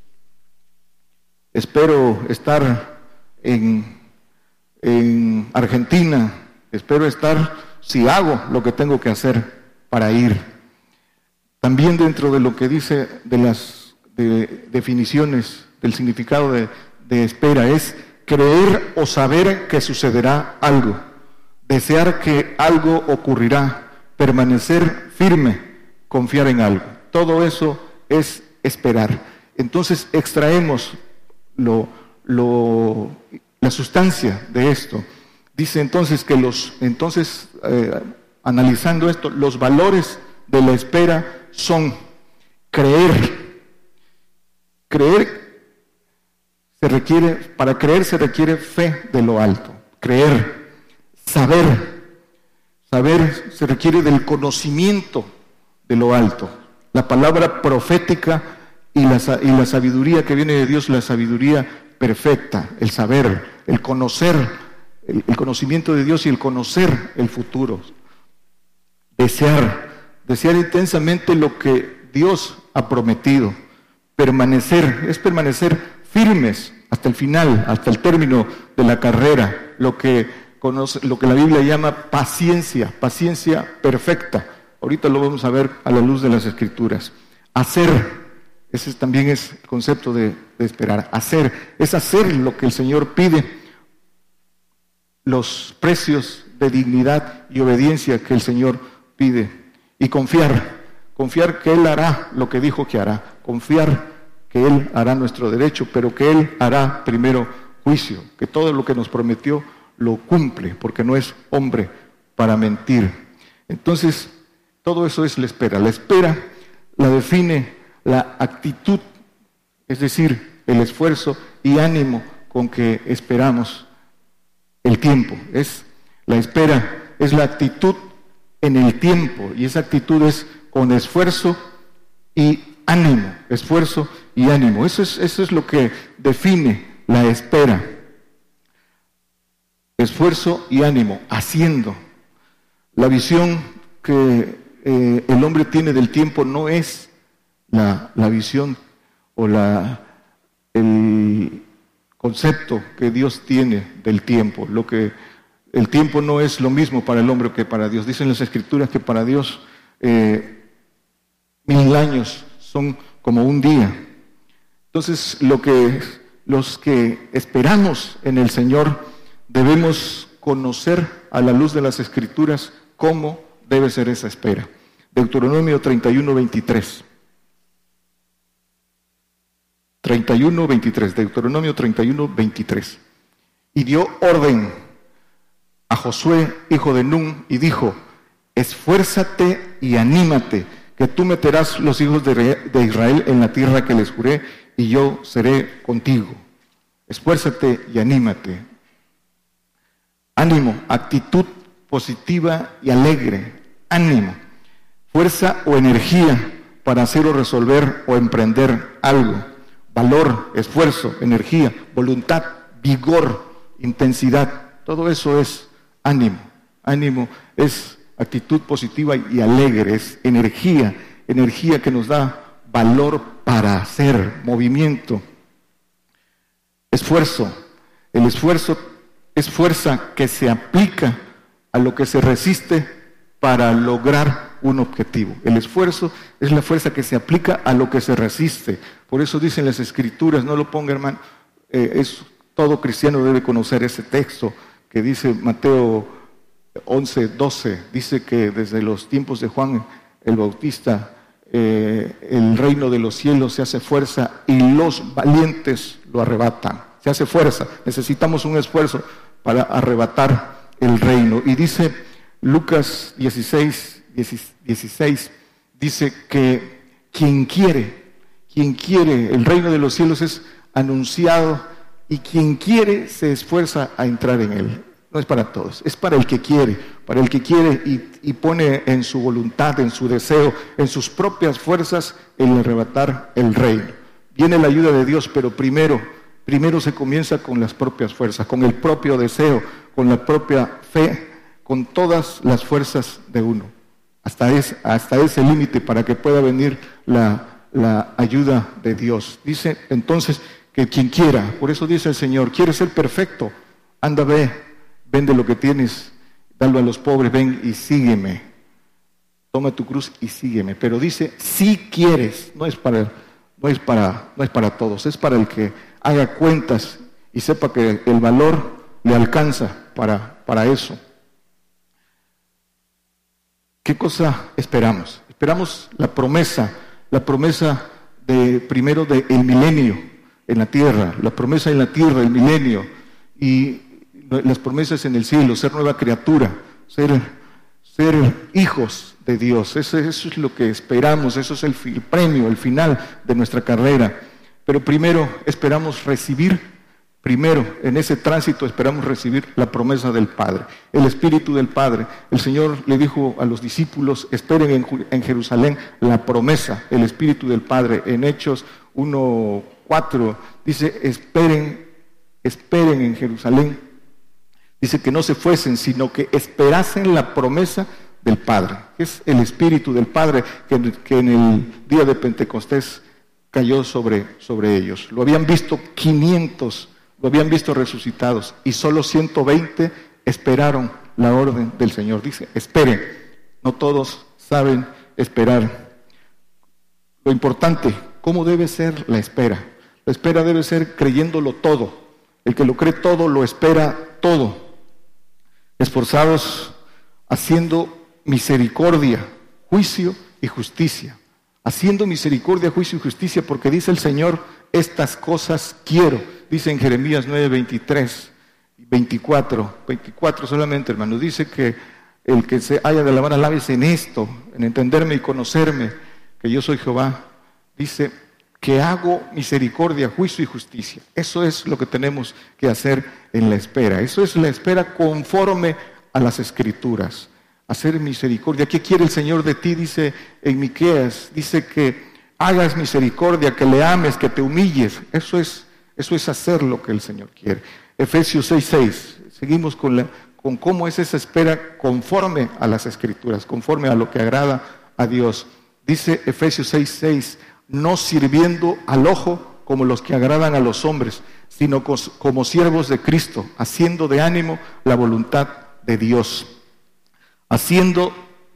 Espero estar en, en Argentina, espero estar si hago lo que tengo que hacer para ir. También dentro de lo que dice de las de definiciones del significado de, de espera es creer o saber que sucederá algo, desear que algo ocurrirá, permanecer firme, confiar en algo. Todo eso es esperar. Entonces extraemos lo, lo, la sustancia de esto. Dice entonces que los, entonces eh, analizando esto, los valores de la espera son creer. Creer se requiere, para creer se requiere fe de lo alto. Creer, saber. Saber se requiere del conocimiento de lo alto. La palabra profética y la, y la sabiduría que viene de Dios, la sabiduría perfecta, el saber, el conocer, el, el conocimiento de Dios y el conocer el futuro. Desear, desear intensamente lo que Dios ha prometido. Permanecer, es permanecer firmes hasta el final, hasta el término de la carrera, lo que conoce, lo que la Biblia llama paciencia, paciencia perfecta. Ahorita lo vamos a ver a la luz de las Escrituras. Hacer, ese también es el concepto de, de esperar. Hacer, es hacer lo que el Señor pide, los precios de dignidad y obediencia que el Señor pide. Y confiar, confiar que Él hará lo que dijo que hará. Confiar que Él hará nuestro derecho, pero que Él hará primero juicio, que todo lo que nos prometió lo cumple, porque no es hombre para mentir. Entonces, todo eso es la espera. La espera la define la actitud, es decir, el esfuerzo y ánimo con que esperamos el tiempo. Es la espera, es la actitud en el tiempo, y esa actitud es con esfuerzo y ánimo, esfuerzo y ánimo. Eso es, eso es lo que define la espera. Esfuerzo y ánimo, haciendo. La visión que eh, el hombre tiene del tiempo no es la, la visión o la, el concepto que Dios tiene del tiempo. Lo que el tiempo no es lo mismo para el hombre que para Dios. Dicen las Escrituras que para Dios eh, mil años son como un día. Entonces, lo que los que esperamos en el Señor debemos conocer a la luz de las Escrituras cómo debe ser esa espera. Deuteronomio treinta y uno, veintitrés. treinta y uno, veintitrés. Deuteronomio treinta y uno, veintitrés. Y dio orden a Josué, hijo de Nun, y dijo: esfuérzate y anímate, que tú meterás los hijos de Israel en la tierra que les juré, y yo seré contigo. Esfuérzate y anímate. Ánimo, actitud positiva y alegre. Ánimo, fuerza o energía para hacer o resolver o emprender algo. Valor, esfuerzo, energía, voluntad, vigor, intensidad. Todo eso es ánimo. Ánimo es actitud positiva y alegre, es energía, energía que nos da valor para hacer, movimiento. Esfuerzo, el esfuerzo es fuerza que se aplica a lo que se resiste para lograr un objetivo. El esfuerzo es la fuerza que se aplica a lo que se resiste. Por eso dicen las Escrituras, no lo ponga hermano, eh, es, todo cristiano debe conocer ese texto que dice Mateo once, doce, dice que desde los tiempos de Juan el Bautista, eh, el reino de los cielos se hace fuerza y los valientes lo arrebatan. Se hace fuerza, necesitamos un esfuerzo para arrebatar el reino. Y dice Lucas dieciséis, dieciséis, dice que quien quiere, quien quiere, el reino de los cielos es anunciado y quien quiere se esfuerza a entrar en él. No es para todos, es para el que quiere, para el que quiere y, y pone en su voluntad, en su deseo, en sus propias fuerzas el arrebatar el reino. Viene la ayuda de Dios, pero primero, primero se comienza con las propias fuerzas, con el propio deseo, con la propia fe, con todas las fuerzas de uno, hasta, es, hasta ese límite para que pueda venir la, la ayuda de Dios. Dice entonces que quien quiera, por eso dice el Señor, ¿quieres ser perfecto? Anda, ve, vende lo que tienes, dalo a los pobres, ven y sígueme. Toma tu cruz y sígueme. Pero dice, si quieres, no es para, no es para, no es para todos, es para el que haga cuentas y sepa que el valor le alcanza para, para eso. ¿Qué cosa esperamos? Esperamos la promesa, la promesa de primero del milenio en la tierra, la promesa en la tierra, el milenio, y las promesas en el cielo, ser nueva criatura, ser, ser hijos de Dios. Eso, eso es lo que esperamos, eso es el, el premio, el final de nuestra carrera. Pero primero esperamos recibir, primero en ese tránsito esperamos recibir la promesa del Padre, el Espíritu del Padre. El Señor le dijo a los discípulos, esperen en, en Jerusalén la promesa, el Espíritu del Padre. En Hechos uno cuatro dice, esperen, esperen en Jerusalén. Dice que no se fuesen, sino que esperasen la promesa del Padre. Es el Espíritu del Padre que, que en el día de Pentecostés cayó sobre, sobre ellos. Lo habían visto quinientos, lo habían visto resucitados, y solo ciento veinte esperaron la orden del Señor. Dice, esperen. No todos saben esperar. Lo importante, ¿cómo debe ser la espera? La espera debe ser creyéndolo todo. El que lo cree todo, lo espera todo. Esforzados, haciendo misericordia, juicio y justicia. Haciendo misericordia, juicio y justicia, porque dice el Señor, estas cosas quiero. Dice en Jeremías nueve, veintitrés, veinticuatro, veinticuatro solamente, hermano. Dice que el que se haya de alabar, alabes en esto, en entenderme y conocerme, que yo soy Jehová. Dice que hago misericordia, juicio y justicia. Eso es lo que tenemos que hacer en la espera. Eso es la espera conforme a las Escrituras. Hacer misericordia. ¿Qué quiere el Señor de ti? Dice en Miqueas, dice que hagas misericordia, que le ames, que te humilles. Eso es, eso es hacer lo que el Señor quiere. Efesios seis, seis. Seguimos con, la, con cómo es esa espera conforme a las Escrituras, conforme a lo que agrada a Dios. Dice Efesios seis, seis, no sirviendo al ojo como los que agradan a los hombres, sino como siervos de Cristo, haciendo de ánimo la voluntad de Dios. Haciendo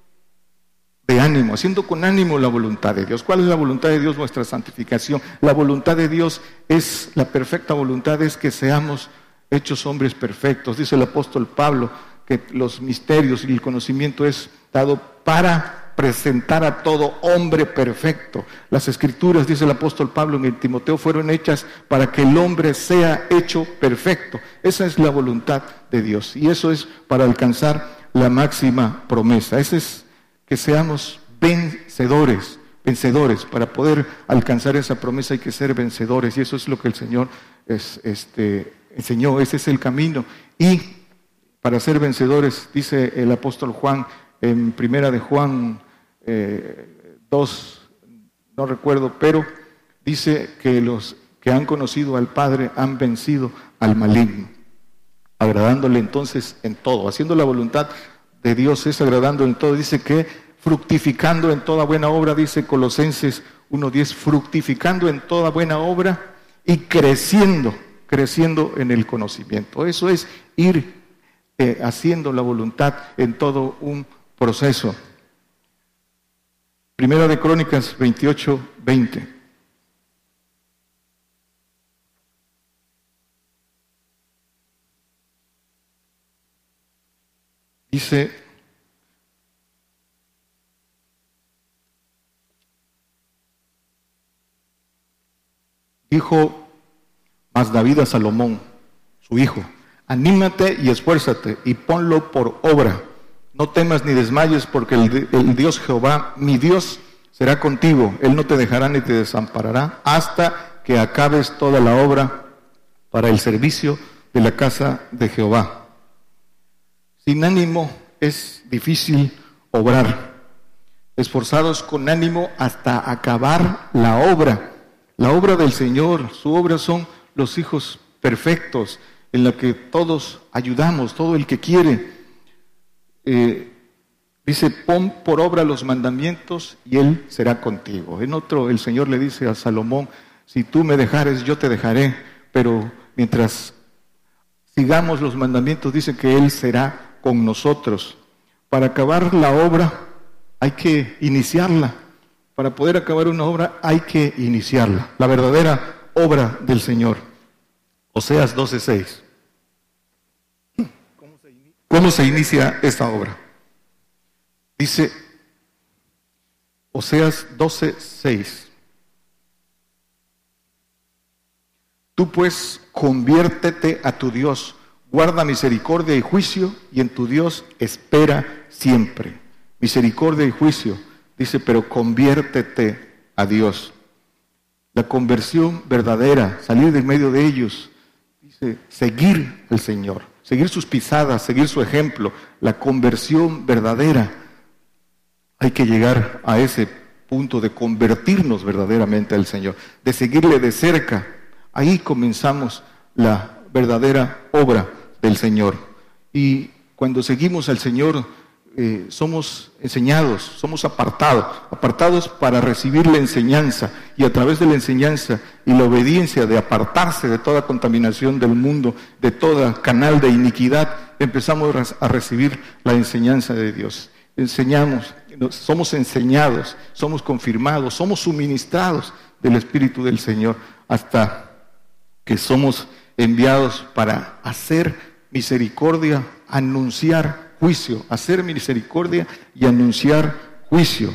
de ánimo, haciendo con ánimo la voluntad de Dios. ¿Cuál es la voluntad de Dios? Nuestra santificación. La voluntad de Dios es, la perfecta voluntad es que seamos hechos hombres perfectos. Dice el apóstol Pablo que los misterios y el conocimiento es dado para presentar a todo hombre perfecto. Las Escrituras, dice el apóstol Pablo en el Timoteo, fueron hechas para que el hombre sea hecho perfecto. Esa es la voluntad de Dios y eso es para alcanzar la máxima promesa. Ese es que seamos vencedores, vencedores. Para poder alcanzar esa promesa hay que ser vencedores y eso es lo que el Señor es, este, enseñó. Ese es el camino. Y para ser vencedores, dice el apóstol Juan en primera de Juan eh, dos, no recuerdo, pero dice que los que han conocido al Padre han vencido al maligno. Agradándole entonces en todo, haciendo la voluntad de Dios es agradando en todo. Dice que fructificando en toda buena obra, dice Colosenses uno diez, fructificando en toda buena obra y creciendo, creciendo en el conocimiento. Eso es ir eh, haciendo la voluntad en todo un proceso. Primera de Crónicas veintiocho, veinte. Dice, dijo más David a Salomón, su hijo, anímate y esfuérzate y ponlo por obra. No temas ni desmayes, porque el, el Dios Jehová, mi Dios, será contigo. Él no te dejará ni te desamparará hasta que acabes toda la obra para el servicio de la casa de Jehová. Sin ánimo es difícil obrar. Esforzados con ánimo hasta acabar la obra. La obra del Señor, su obra son los hijos perfectos, en la que todos ayudamos, todo el que quiere. Eh, dice, pon por obra los mandamientos y Él será contigo. En otro, el Señor le dice a Salomón, si tú me dejares, yo te dejaré, pero mientras sigamos los mandamientos, dice que Él será con nosotros. Para acabar la obra hay que iniciarla. Para poder acabar una obra hay que iniciarla. La verdadera obra del Señor. Oseas doce seis. ¿Cómo se inicia esta obra? Dice Oseas doce seis. Tú pues conviértete a tu Dios, guarda misericordia y juicio, y en tu Dios espera siempre. Misericordia y juicio, dice, pero conviértete a Dios. La conversión verdadera, salir de medio de ellos, dice, seguir al Señor, seguir sus pisadas, seguir su ejemplo, la conversión verdadera. Hay que llegar a ese punto de convertirnos verdaderamente al Señor, de seguirle de cerca. Ahí comenzamos la verdadera obra del Señor. Y cuando seguimos al Señor, eh, somos enseñados, somos apartados, apartados para recibir la enseñanza, y a través de la enseñanza y la obediencia de apartarse de toda contaminación del mundo, de todo canal de iniquidad, empezamos a recibir la enseñanza de Dios. Enseñamos, somos enseñados, somos confirmados, somos suministrados del Espíritu del Señor, hasta que somos enviados para hacer misericordia, anunciar juicio, hacer misericordia y anunciar juicio.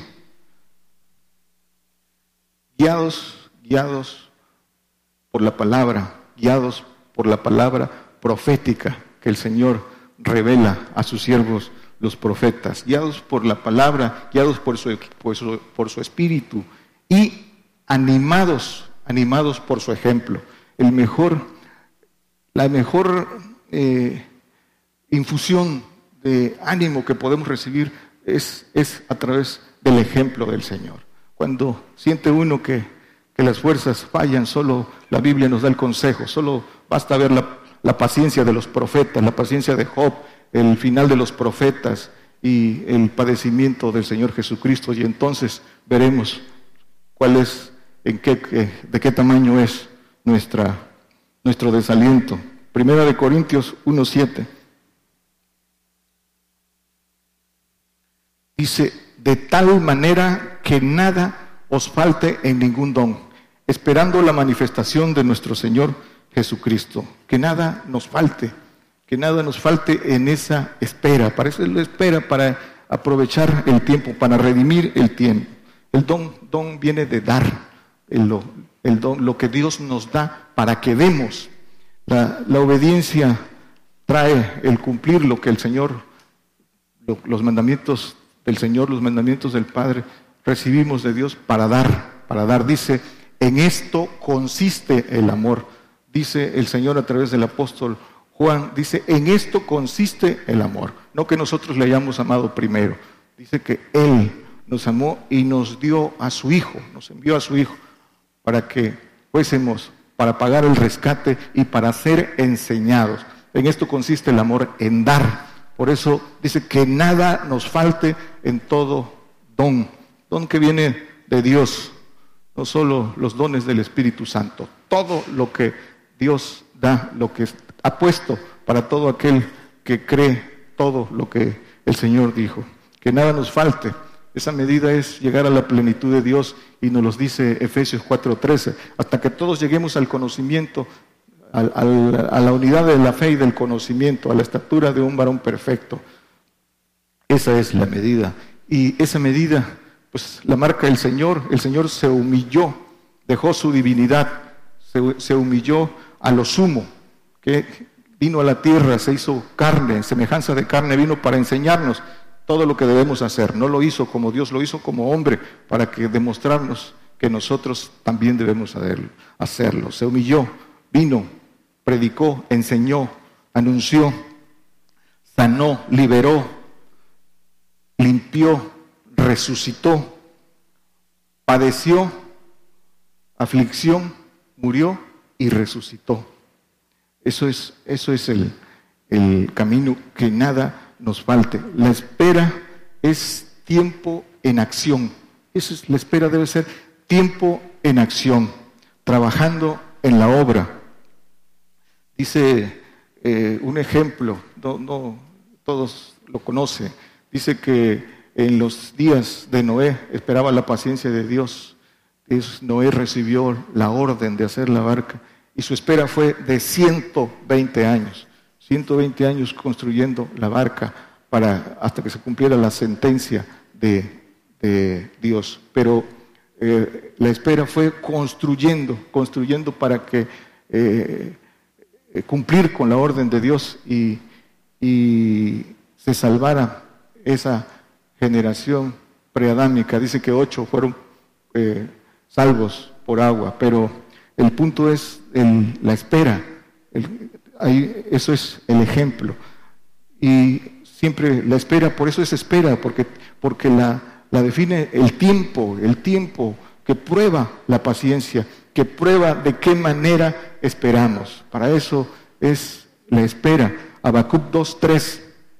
Guiados, guiados por la palabra, guiados por la palabra profética que el Señor revela a sus siervos los profetas, guiados por la palabra, guiados por su, por su, por su espíritu y animados, animados por su ejemplo. El mejor, la mejor eh, infusión de ánimo que podemos recibir es, es a través del ejemplo del Señor. Cuando siente uno que, que las fuerzas fallan, solo la Biblia nos da el consejo, solo basta ver la, la paciencia de los profetas, la paciencia de Job, el final de los profetas y el padecimiento del Señor Jesucristo, y entonces veremos cuál es, en qué, de qué tamaño es nuestra, nuestro desaliento. Primera de Corintios uno siete. Dice, de tal manera que nada os falte en ningún don, esperando la manifestación de nuestro Señor Jesucristo. Que nada nos falte, que nada nos falte en esa espera. Para eso la espera, para aprovechar el tiempo, para redimir el tiempo. El don, don viene de dar, el, el don, lo que Dios nos da para que demos. La, la obediencia trae el cumplir lo que el Señor, lo, los mandamientos del Señor, los mandamientos del Padre, recibimos de Dios para dar, para dar. Dice, en esto consiste el amor. Dice el Señor a través del apóstol Juan, dice, en esto consiste el amor. No que nosotros le hayamos amado primero. Dice que Él nos amó y nos dio a su Hijo, nos envió a su Hijo para que fuésemos, para pagar el rescate y para ser enseñados. En esto consiste el amor, en dar. Por eso dice que nada nos falte en todo don. Don que viene de Dios, no solo los dones del Espíritu Santo. Todo lo que Dios da, lo que ha puesto para todo aquel que cree todo lo que el Señor dijo. Que nada nos falte. Esa medida es llegar a la plenitud de Dios, y nos lo dice Efesios cuatro trece, hasta que todos lleguemos al conocimiento, a, a, a la unidad de la fe y del conocimiento, a la estatura de un varón perfecto. Esa es la medida. Y esa medida, pues la marca el Señor. El Señor se humilló, dejó su divinidad, se, se humilló a lo sumo, que vino a la tierra, se hizo carne, en semejanza de carne, vino para enseñarnos todo lo que debemos hacer. No lo hizo como Dios, lo hizo como hombre, para que demostrarnos que nosotros también debemos hacerlo. Se humilló, vino, predicó, enseñó, anunció, sanó, liberó, limpió, resucitó, padeció aflicción, murió y resucitó. Eso es, eso es el, el camino, que nada nos falte. La espera es tiempo en acción. Eso es, la espera debe ser tiempo en acción, trabajando en la obra. Dice eh, un ejemplo, no, no todos lo conocen, dice que en los días de Noé esperaba la paciencia de Dios. Es, Noé recibió la orden de hacer la barca y su espera fue de ciento veinte años. ciento veinte años construyendo la barca para, hasta que se cumpliera la sentencia de, de Dios. Pero eh, la espera fue construyendo, construyendo para que eh, cumplir con la orden de Dios y, y se salvara esa generación preadámica. Dice que ocho fueron eh, salvos por agua, pero el punto es el, la espera. El, ahí, eso es el ejemplo. Y siempre la espera, por eso es espera, porque, porque la, la define el tiempo, el tiempo que prueba la paciencia, que prueba de qué manera esperamos. Para eso es la espera. Habacuc dos tres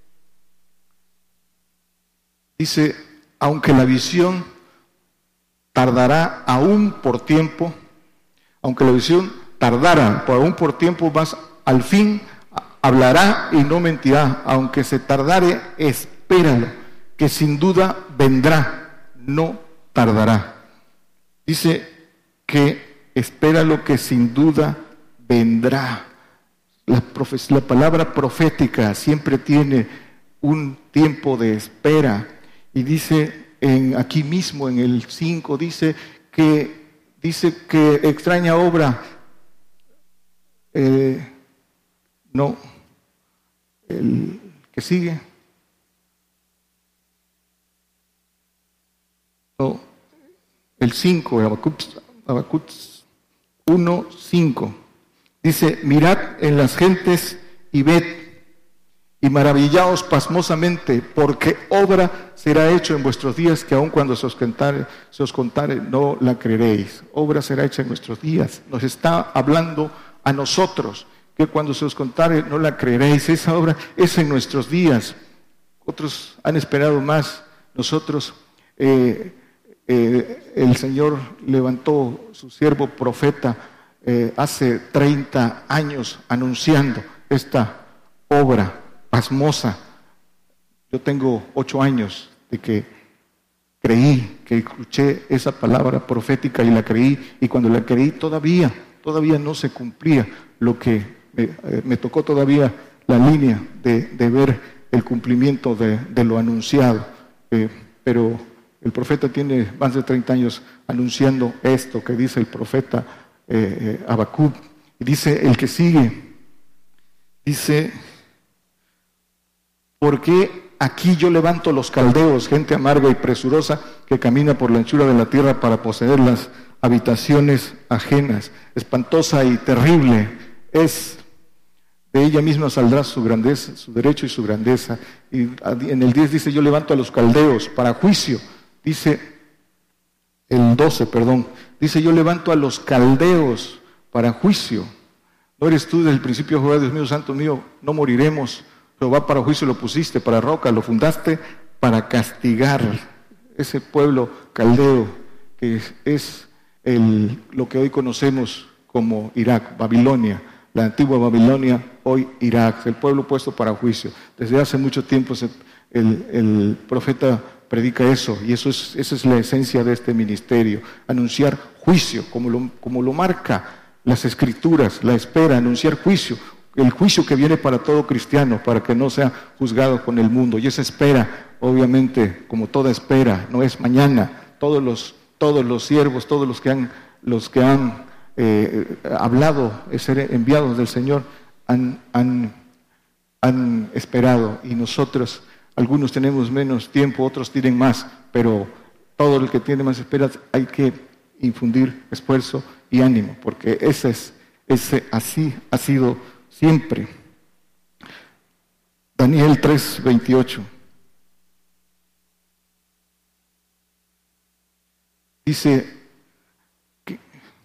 dice: aunque la visión tardará aún por tiempo, aunque la visión tardara por aún por tiempo, más al fin hablará y no mentirá. Aunque se tardare, espéralo, que sin duda vendrá, no tardará. Dice que espéralo, que sin duda vendrá. La, profe- la palabra profética siempre tiene un tiempo de espera. Y dice en, aquí mismo en el cinco, dice que, dice que extraña obra, eh, no, el que sigue, no, el cinco, Habacuc, Habacuc uno cinco, dice: mirad en las gentes y ved, y maravillaos pasmosamente, porque obra será hecho en vuestros días, que aun cuando se os contare, se os contare no la creeréis. Obra será hecha en nuestros días. Nos está hablando a nosotros, que cuando se os contare no la creeréis. Esa obra es en nuestros días. Otros han esperado más. Nosotros, eh, eh, el Señor levantó su siervo profeta eh, hace treinta años anunciando esta obra pasmosa. Yo tengo ocho años de que creí, que escuché esa palabra profética y la creí, y cuando la creí todavía, todavía no se cumplía lo que me, eh, me tocó todavía la línea de, de ver el cumplimiento de, de lo anunciado. Eh, pero el profeta tiene más de treinta años anunciando esto que dice el profeta eh, eh, Habacuc. Y dice el que sigue, dice: porque aquí yo levanto los caldeos, gente amarga y presurosa que camina por la anchura de la tierra para poseer las habitaciones ajenas. Espantosa y terrible es, de ella misma saldrá su grandeza, su derecho y su grandeza. Y en el diez dice: yo levanto a los caldeos para juicio. Dice el doce, perdón, dice: yo levanto a los caldeos para juicio. ¿No eres tú desde el principio, Jehová, Dios mío, santo mío? No moriremos. Jehová, para juicio lo pusiste, para roca lo fundaste, para castigar. Ese pueblo caldeo que es, es el, lo que hoy conocemos como Irak, Babilonia, la antigua Babilonia, hoy Irak, el pueblo puesto para juicio. Desde hace mucho tiempo se, el, el profeta predica eso, y eso es, esa es la esencia de este ministerio: anunciar juicio, como lo, como lo marca las Escrituras, la espera, anunciar juicio. El juicio que viene para todo cristiano, para que no sea juzgado con el mundo. Y esa espera obviamente, como toda espera, no es mañana. Todos los, todos los siervos, todos los que han, los que han eh, hablado, ser enviados del Señor, han, han, han esperado. Y nosotros, algunos tenemos menos tiempo, otros tienen más, pero todo el que tiene más esperanza hay que infundir esfuerzo y ánimo, porque ese es, ese así ha sido siempre. Daniel tres veintiocho. Dice que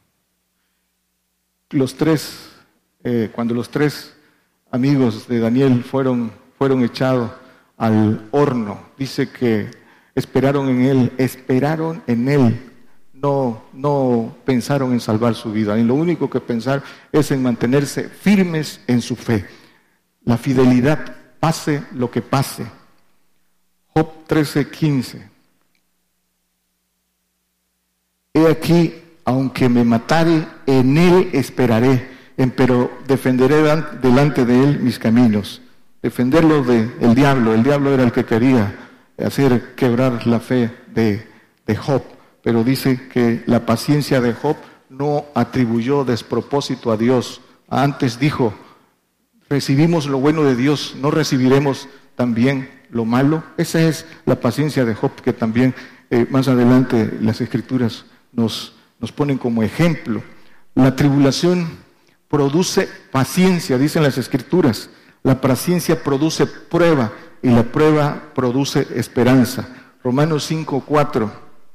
los tres, eh, cuando los tres amigos de Daniel fueron, fueron echados al horno, dice que esperaron en él, esperaron en él, no, no pensaron en salvar su vida, y lo único que pensar es en mantenerse firmes en su fe. La fidelidad, pase lo que pase. Job trece quince. He aquí, aunque me matare, en él esperaré, pero defenderé delante de él mis caminos. Defenderlo del diablo, el diablo era el que quería hacer quebrar la fe de, de Job, pero dice que la paciencia de Job no atribuyó despropósito a Dios. Antes dijo, recibimos lo bueno de Dios, ¿no recibiremos también lo malo? Esa es la paciencia de Job, que también eh, más adelante las Escrituras nos, nos ponen como ejemplo. La tribulación produce paciencia, dicen las Escrituras. La paciencia produce prueba y la prueba produce esperanza. Romanos cinco cuatro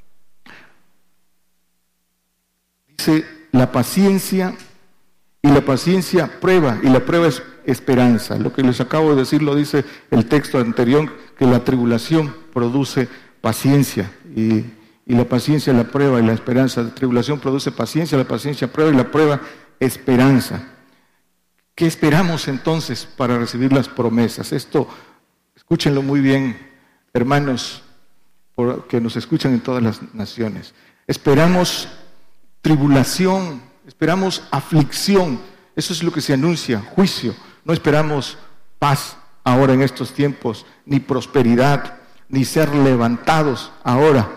dice, la paciencia y la paciencia prueba y la prueba es esperanza. Lo que les acabo de decir lo dice el texto anterior, que la tribulación produce paciencia y Y la paciencia, la prueba y la esperanza. La tribulación produce paciencia, la paciencia prueba y la prueba esperanza. ¿Qué esperamos entonces para recibir las promesas? Esto, escúchenlo muy bien, hermanos, que nos escuchan en todas las naciones. Esperamos tribulación, esperamos aflicción. Eso es lo que se anuncia, juicio. No esperamos paz ahora en estos tiempos, ni prosperidad, ni ser levantados ahora,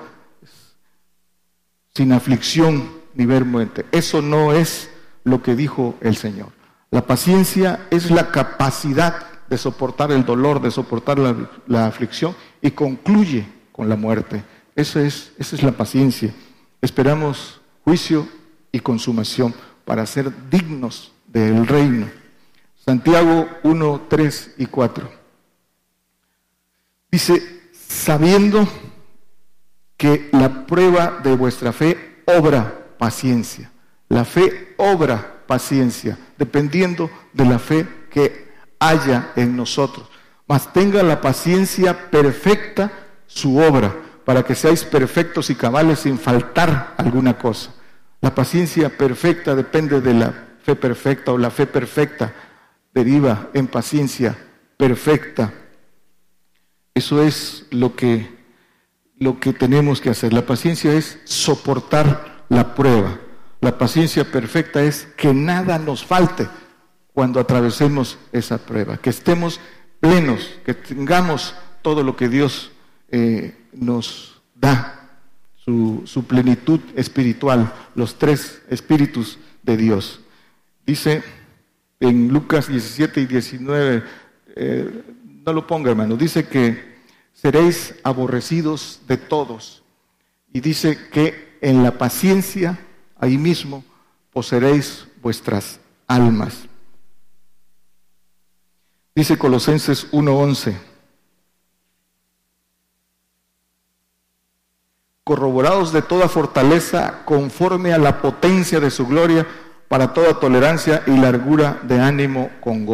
sin aflicción ni ver muerte. Eso no es lo que dijo el Señor. La paciencia es la capacidad de soportar el dolor, de soportar la, la aflicción, y concluye con la muerte. Eso es, esa es la paciencia. Esperamos juicio y consumación para ser dignos del reino. Santiago uno, tres y cuatro. Dice, sabiendo que la prueba de vuestra fe obra paciencia. La fe obra paciencia, dependiendo de la fe que haya en nosotros. Mas tenga la paciencia perfecta su obra, para que seáis perfectos y cabales sin faltar alguna cosa. La paciencia perfecta depende de la fe perfecta, o la fe perfecta deriva en paciencia perfecta. Eso es lo que Lo que tenemos que hacer. La paciencia es soportar la prueba. La paciencia perfecta es que nada nos falte cuando atravesemos esa prueba. Que estemos plenos, que tengamos todo lo que Dios eh, nos da, su, su plenitud espiritual, los tres espíritus de Dios. Dice en Lucas diecisiete y diecinueve, eh, no lo ponga, hermano, dice que seréis aborrecidos de todos. Y dice que en la paciencia, ahí mismo, poseeréis vuestras almas. Dice Colosenses uno once. Corroborados de toda fortaleza, conforme a la potencia de su gloria, para toda tolerancia y largura de ánimo con gozo.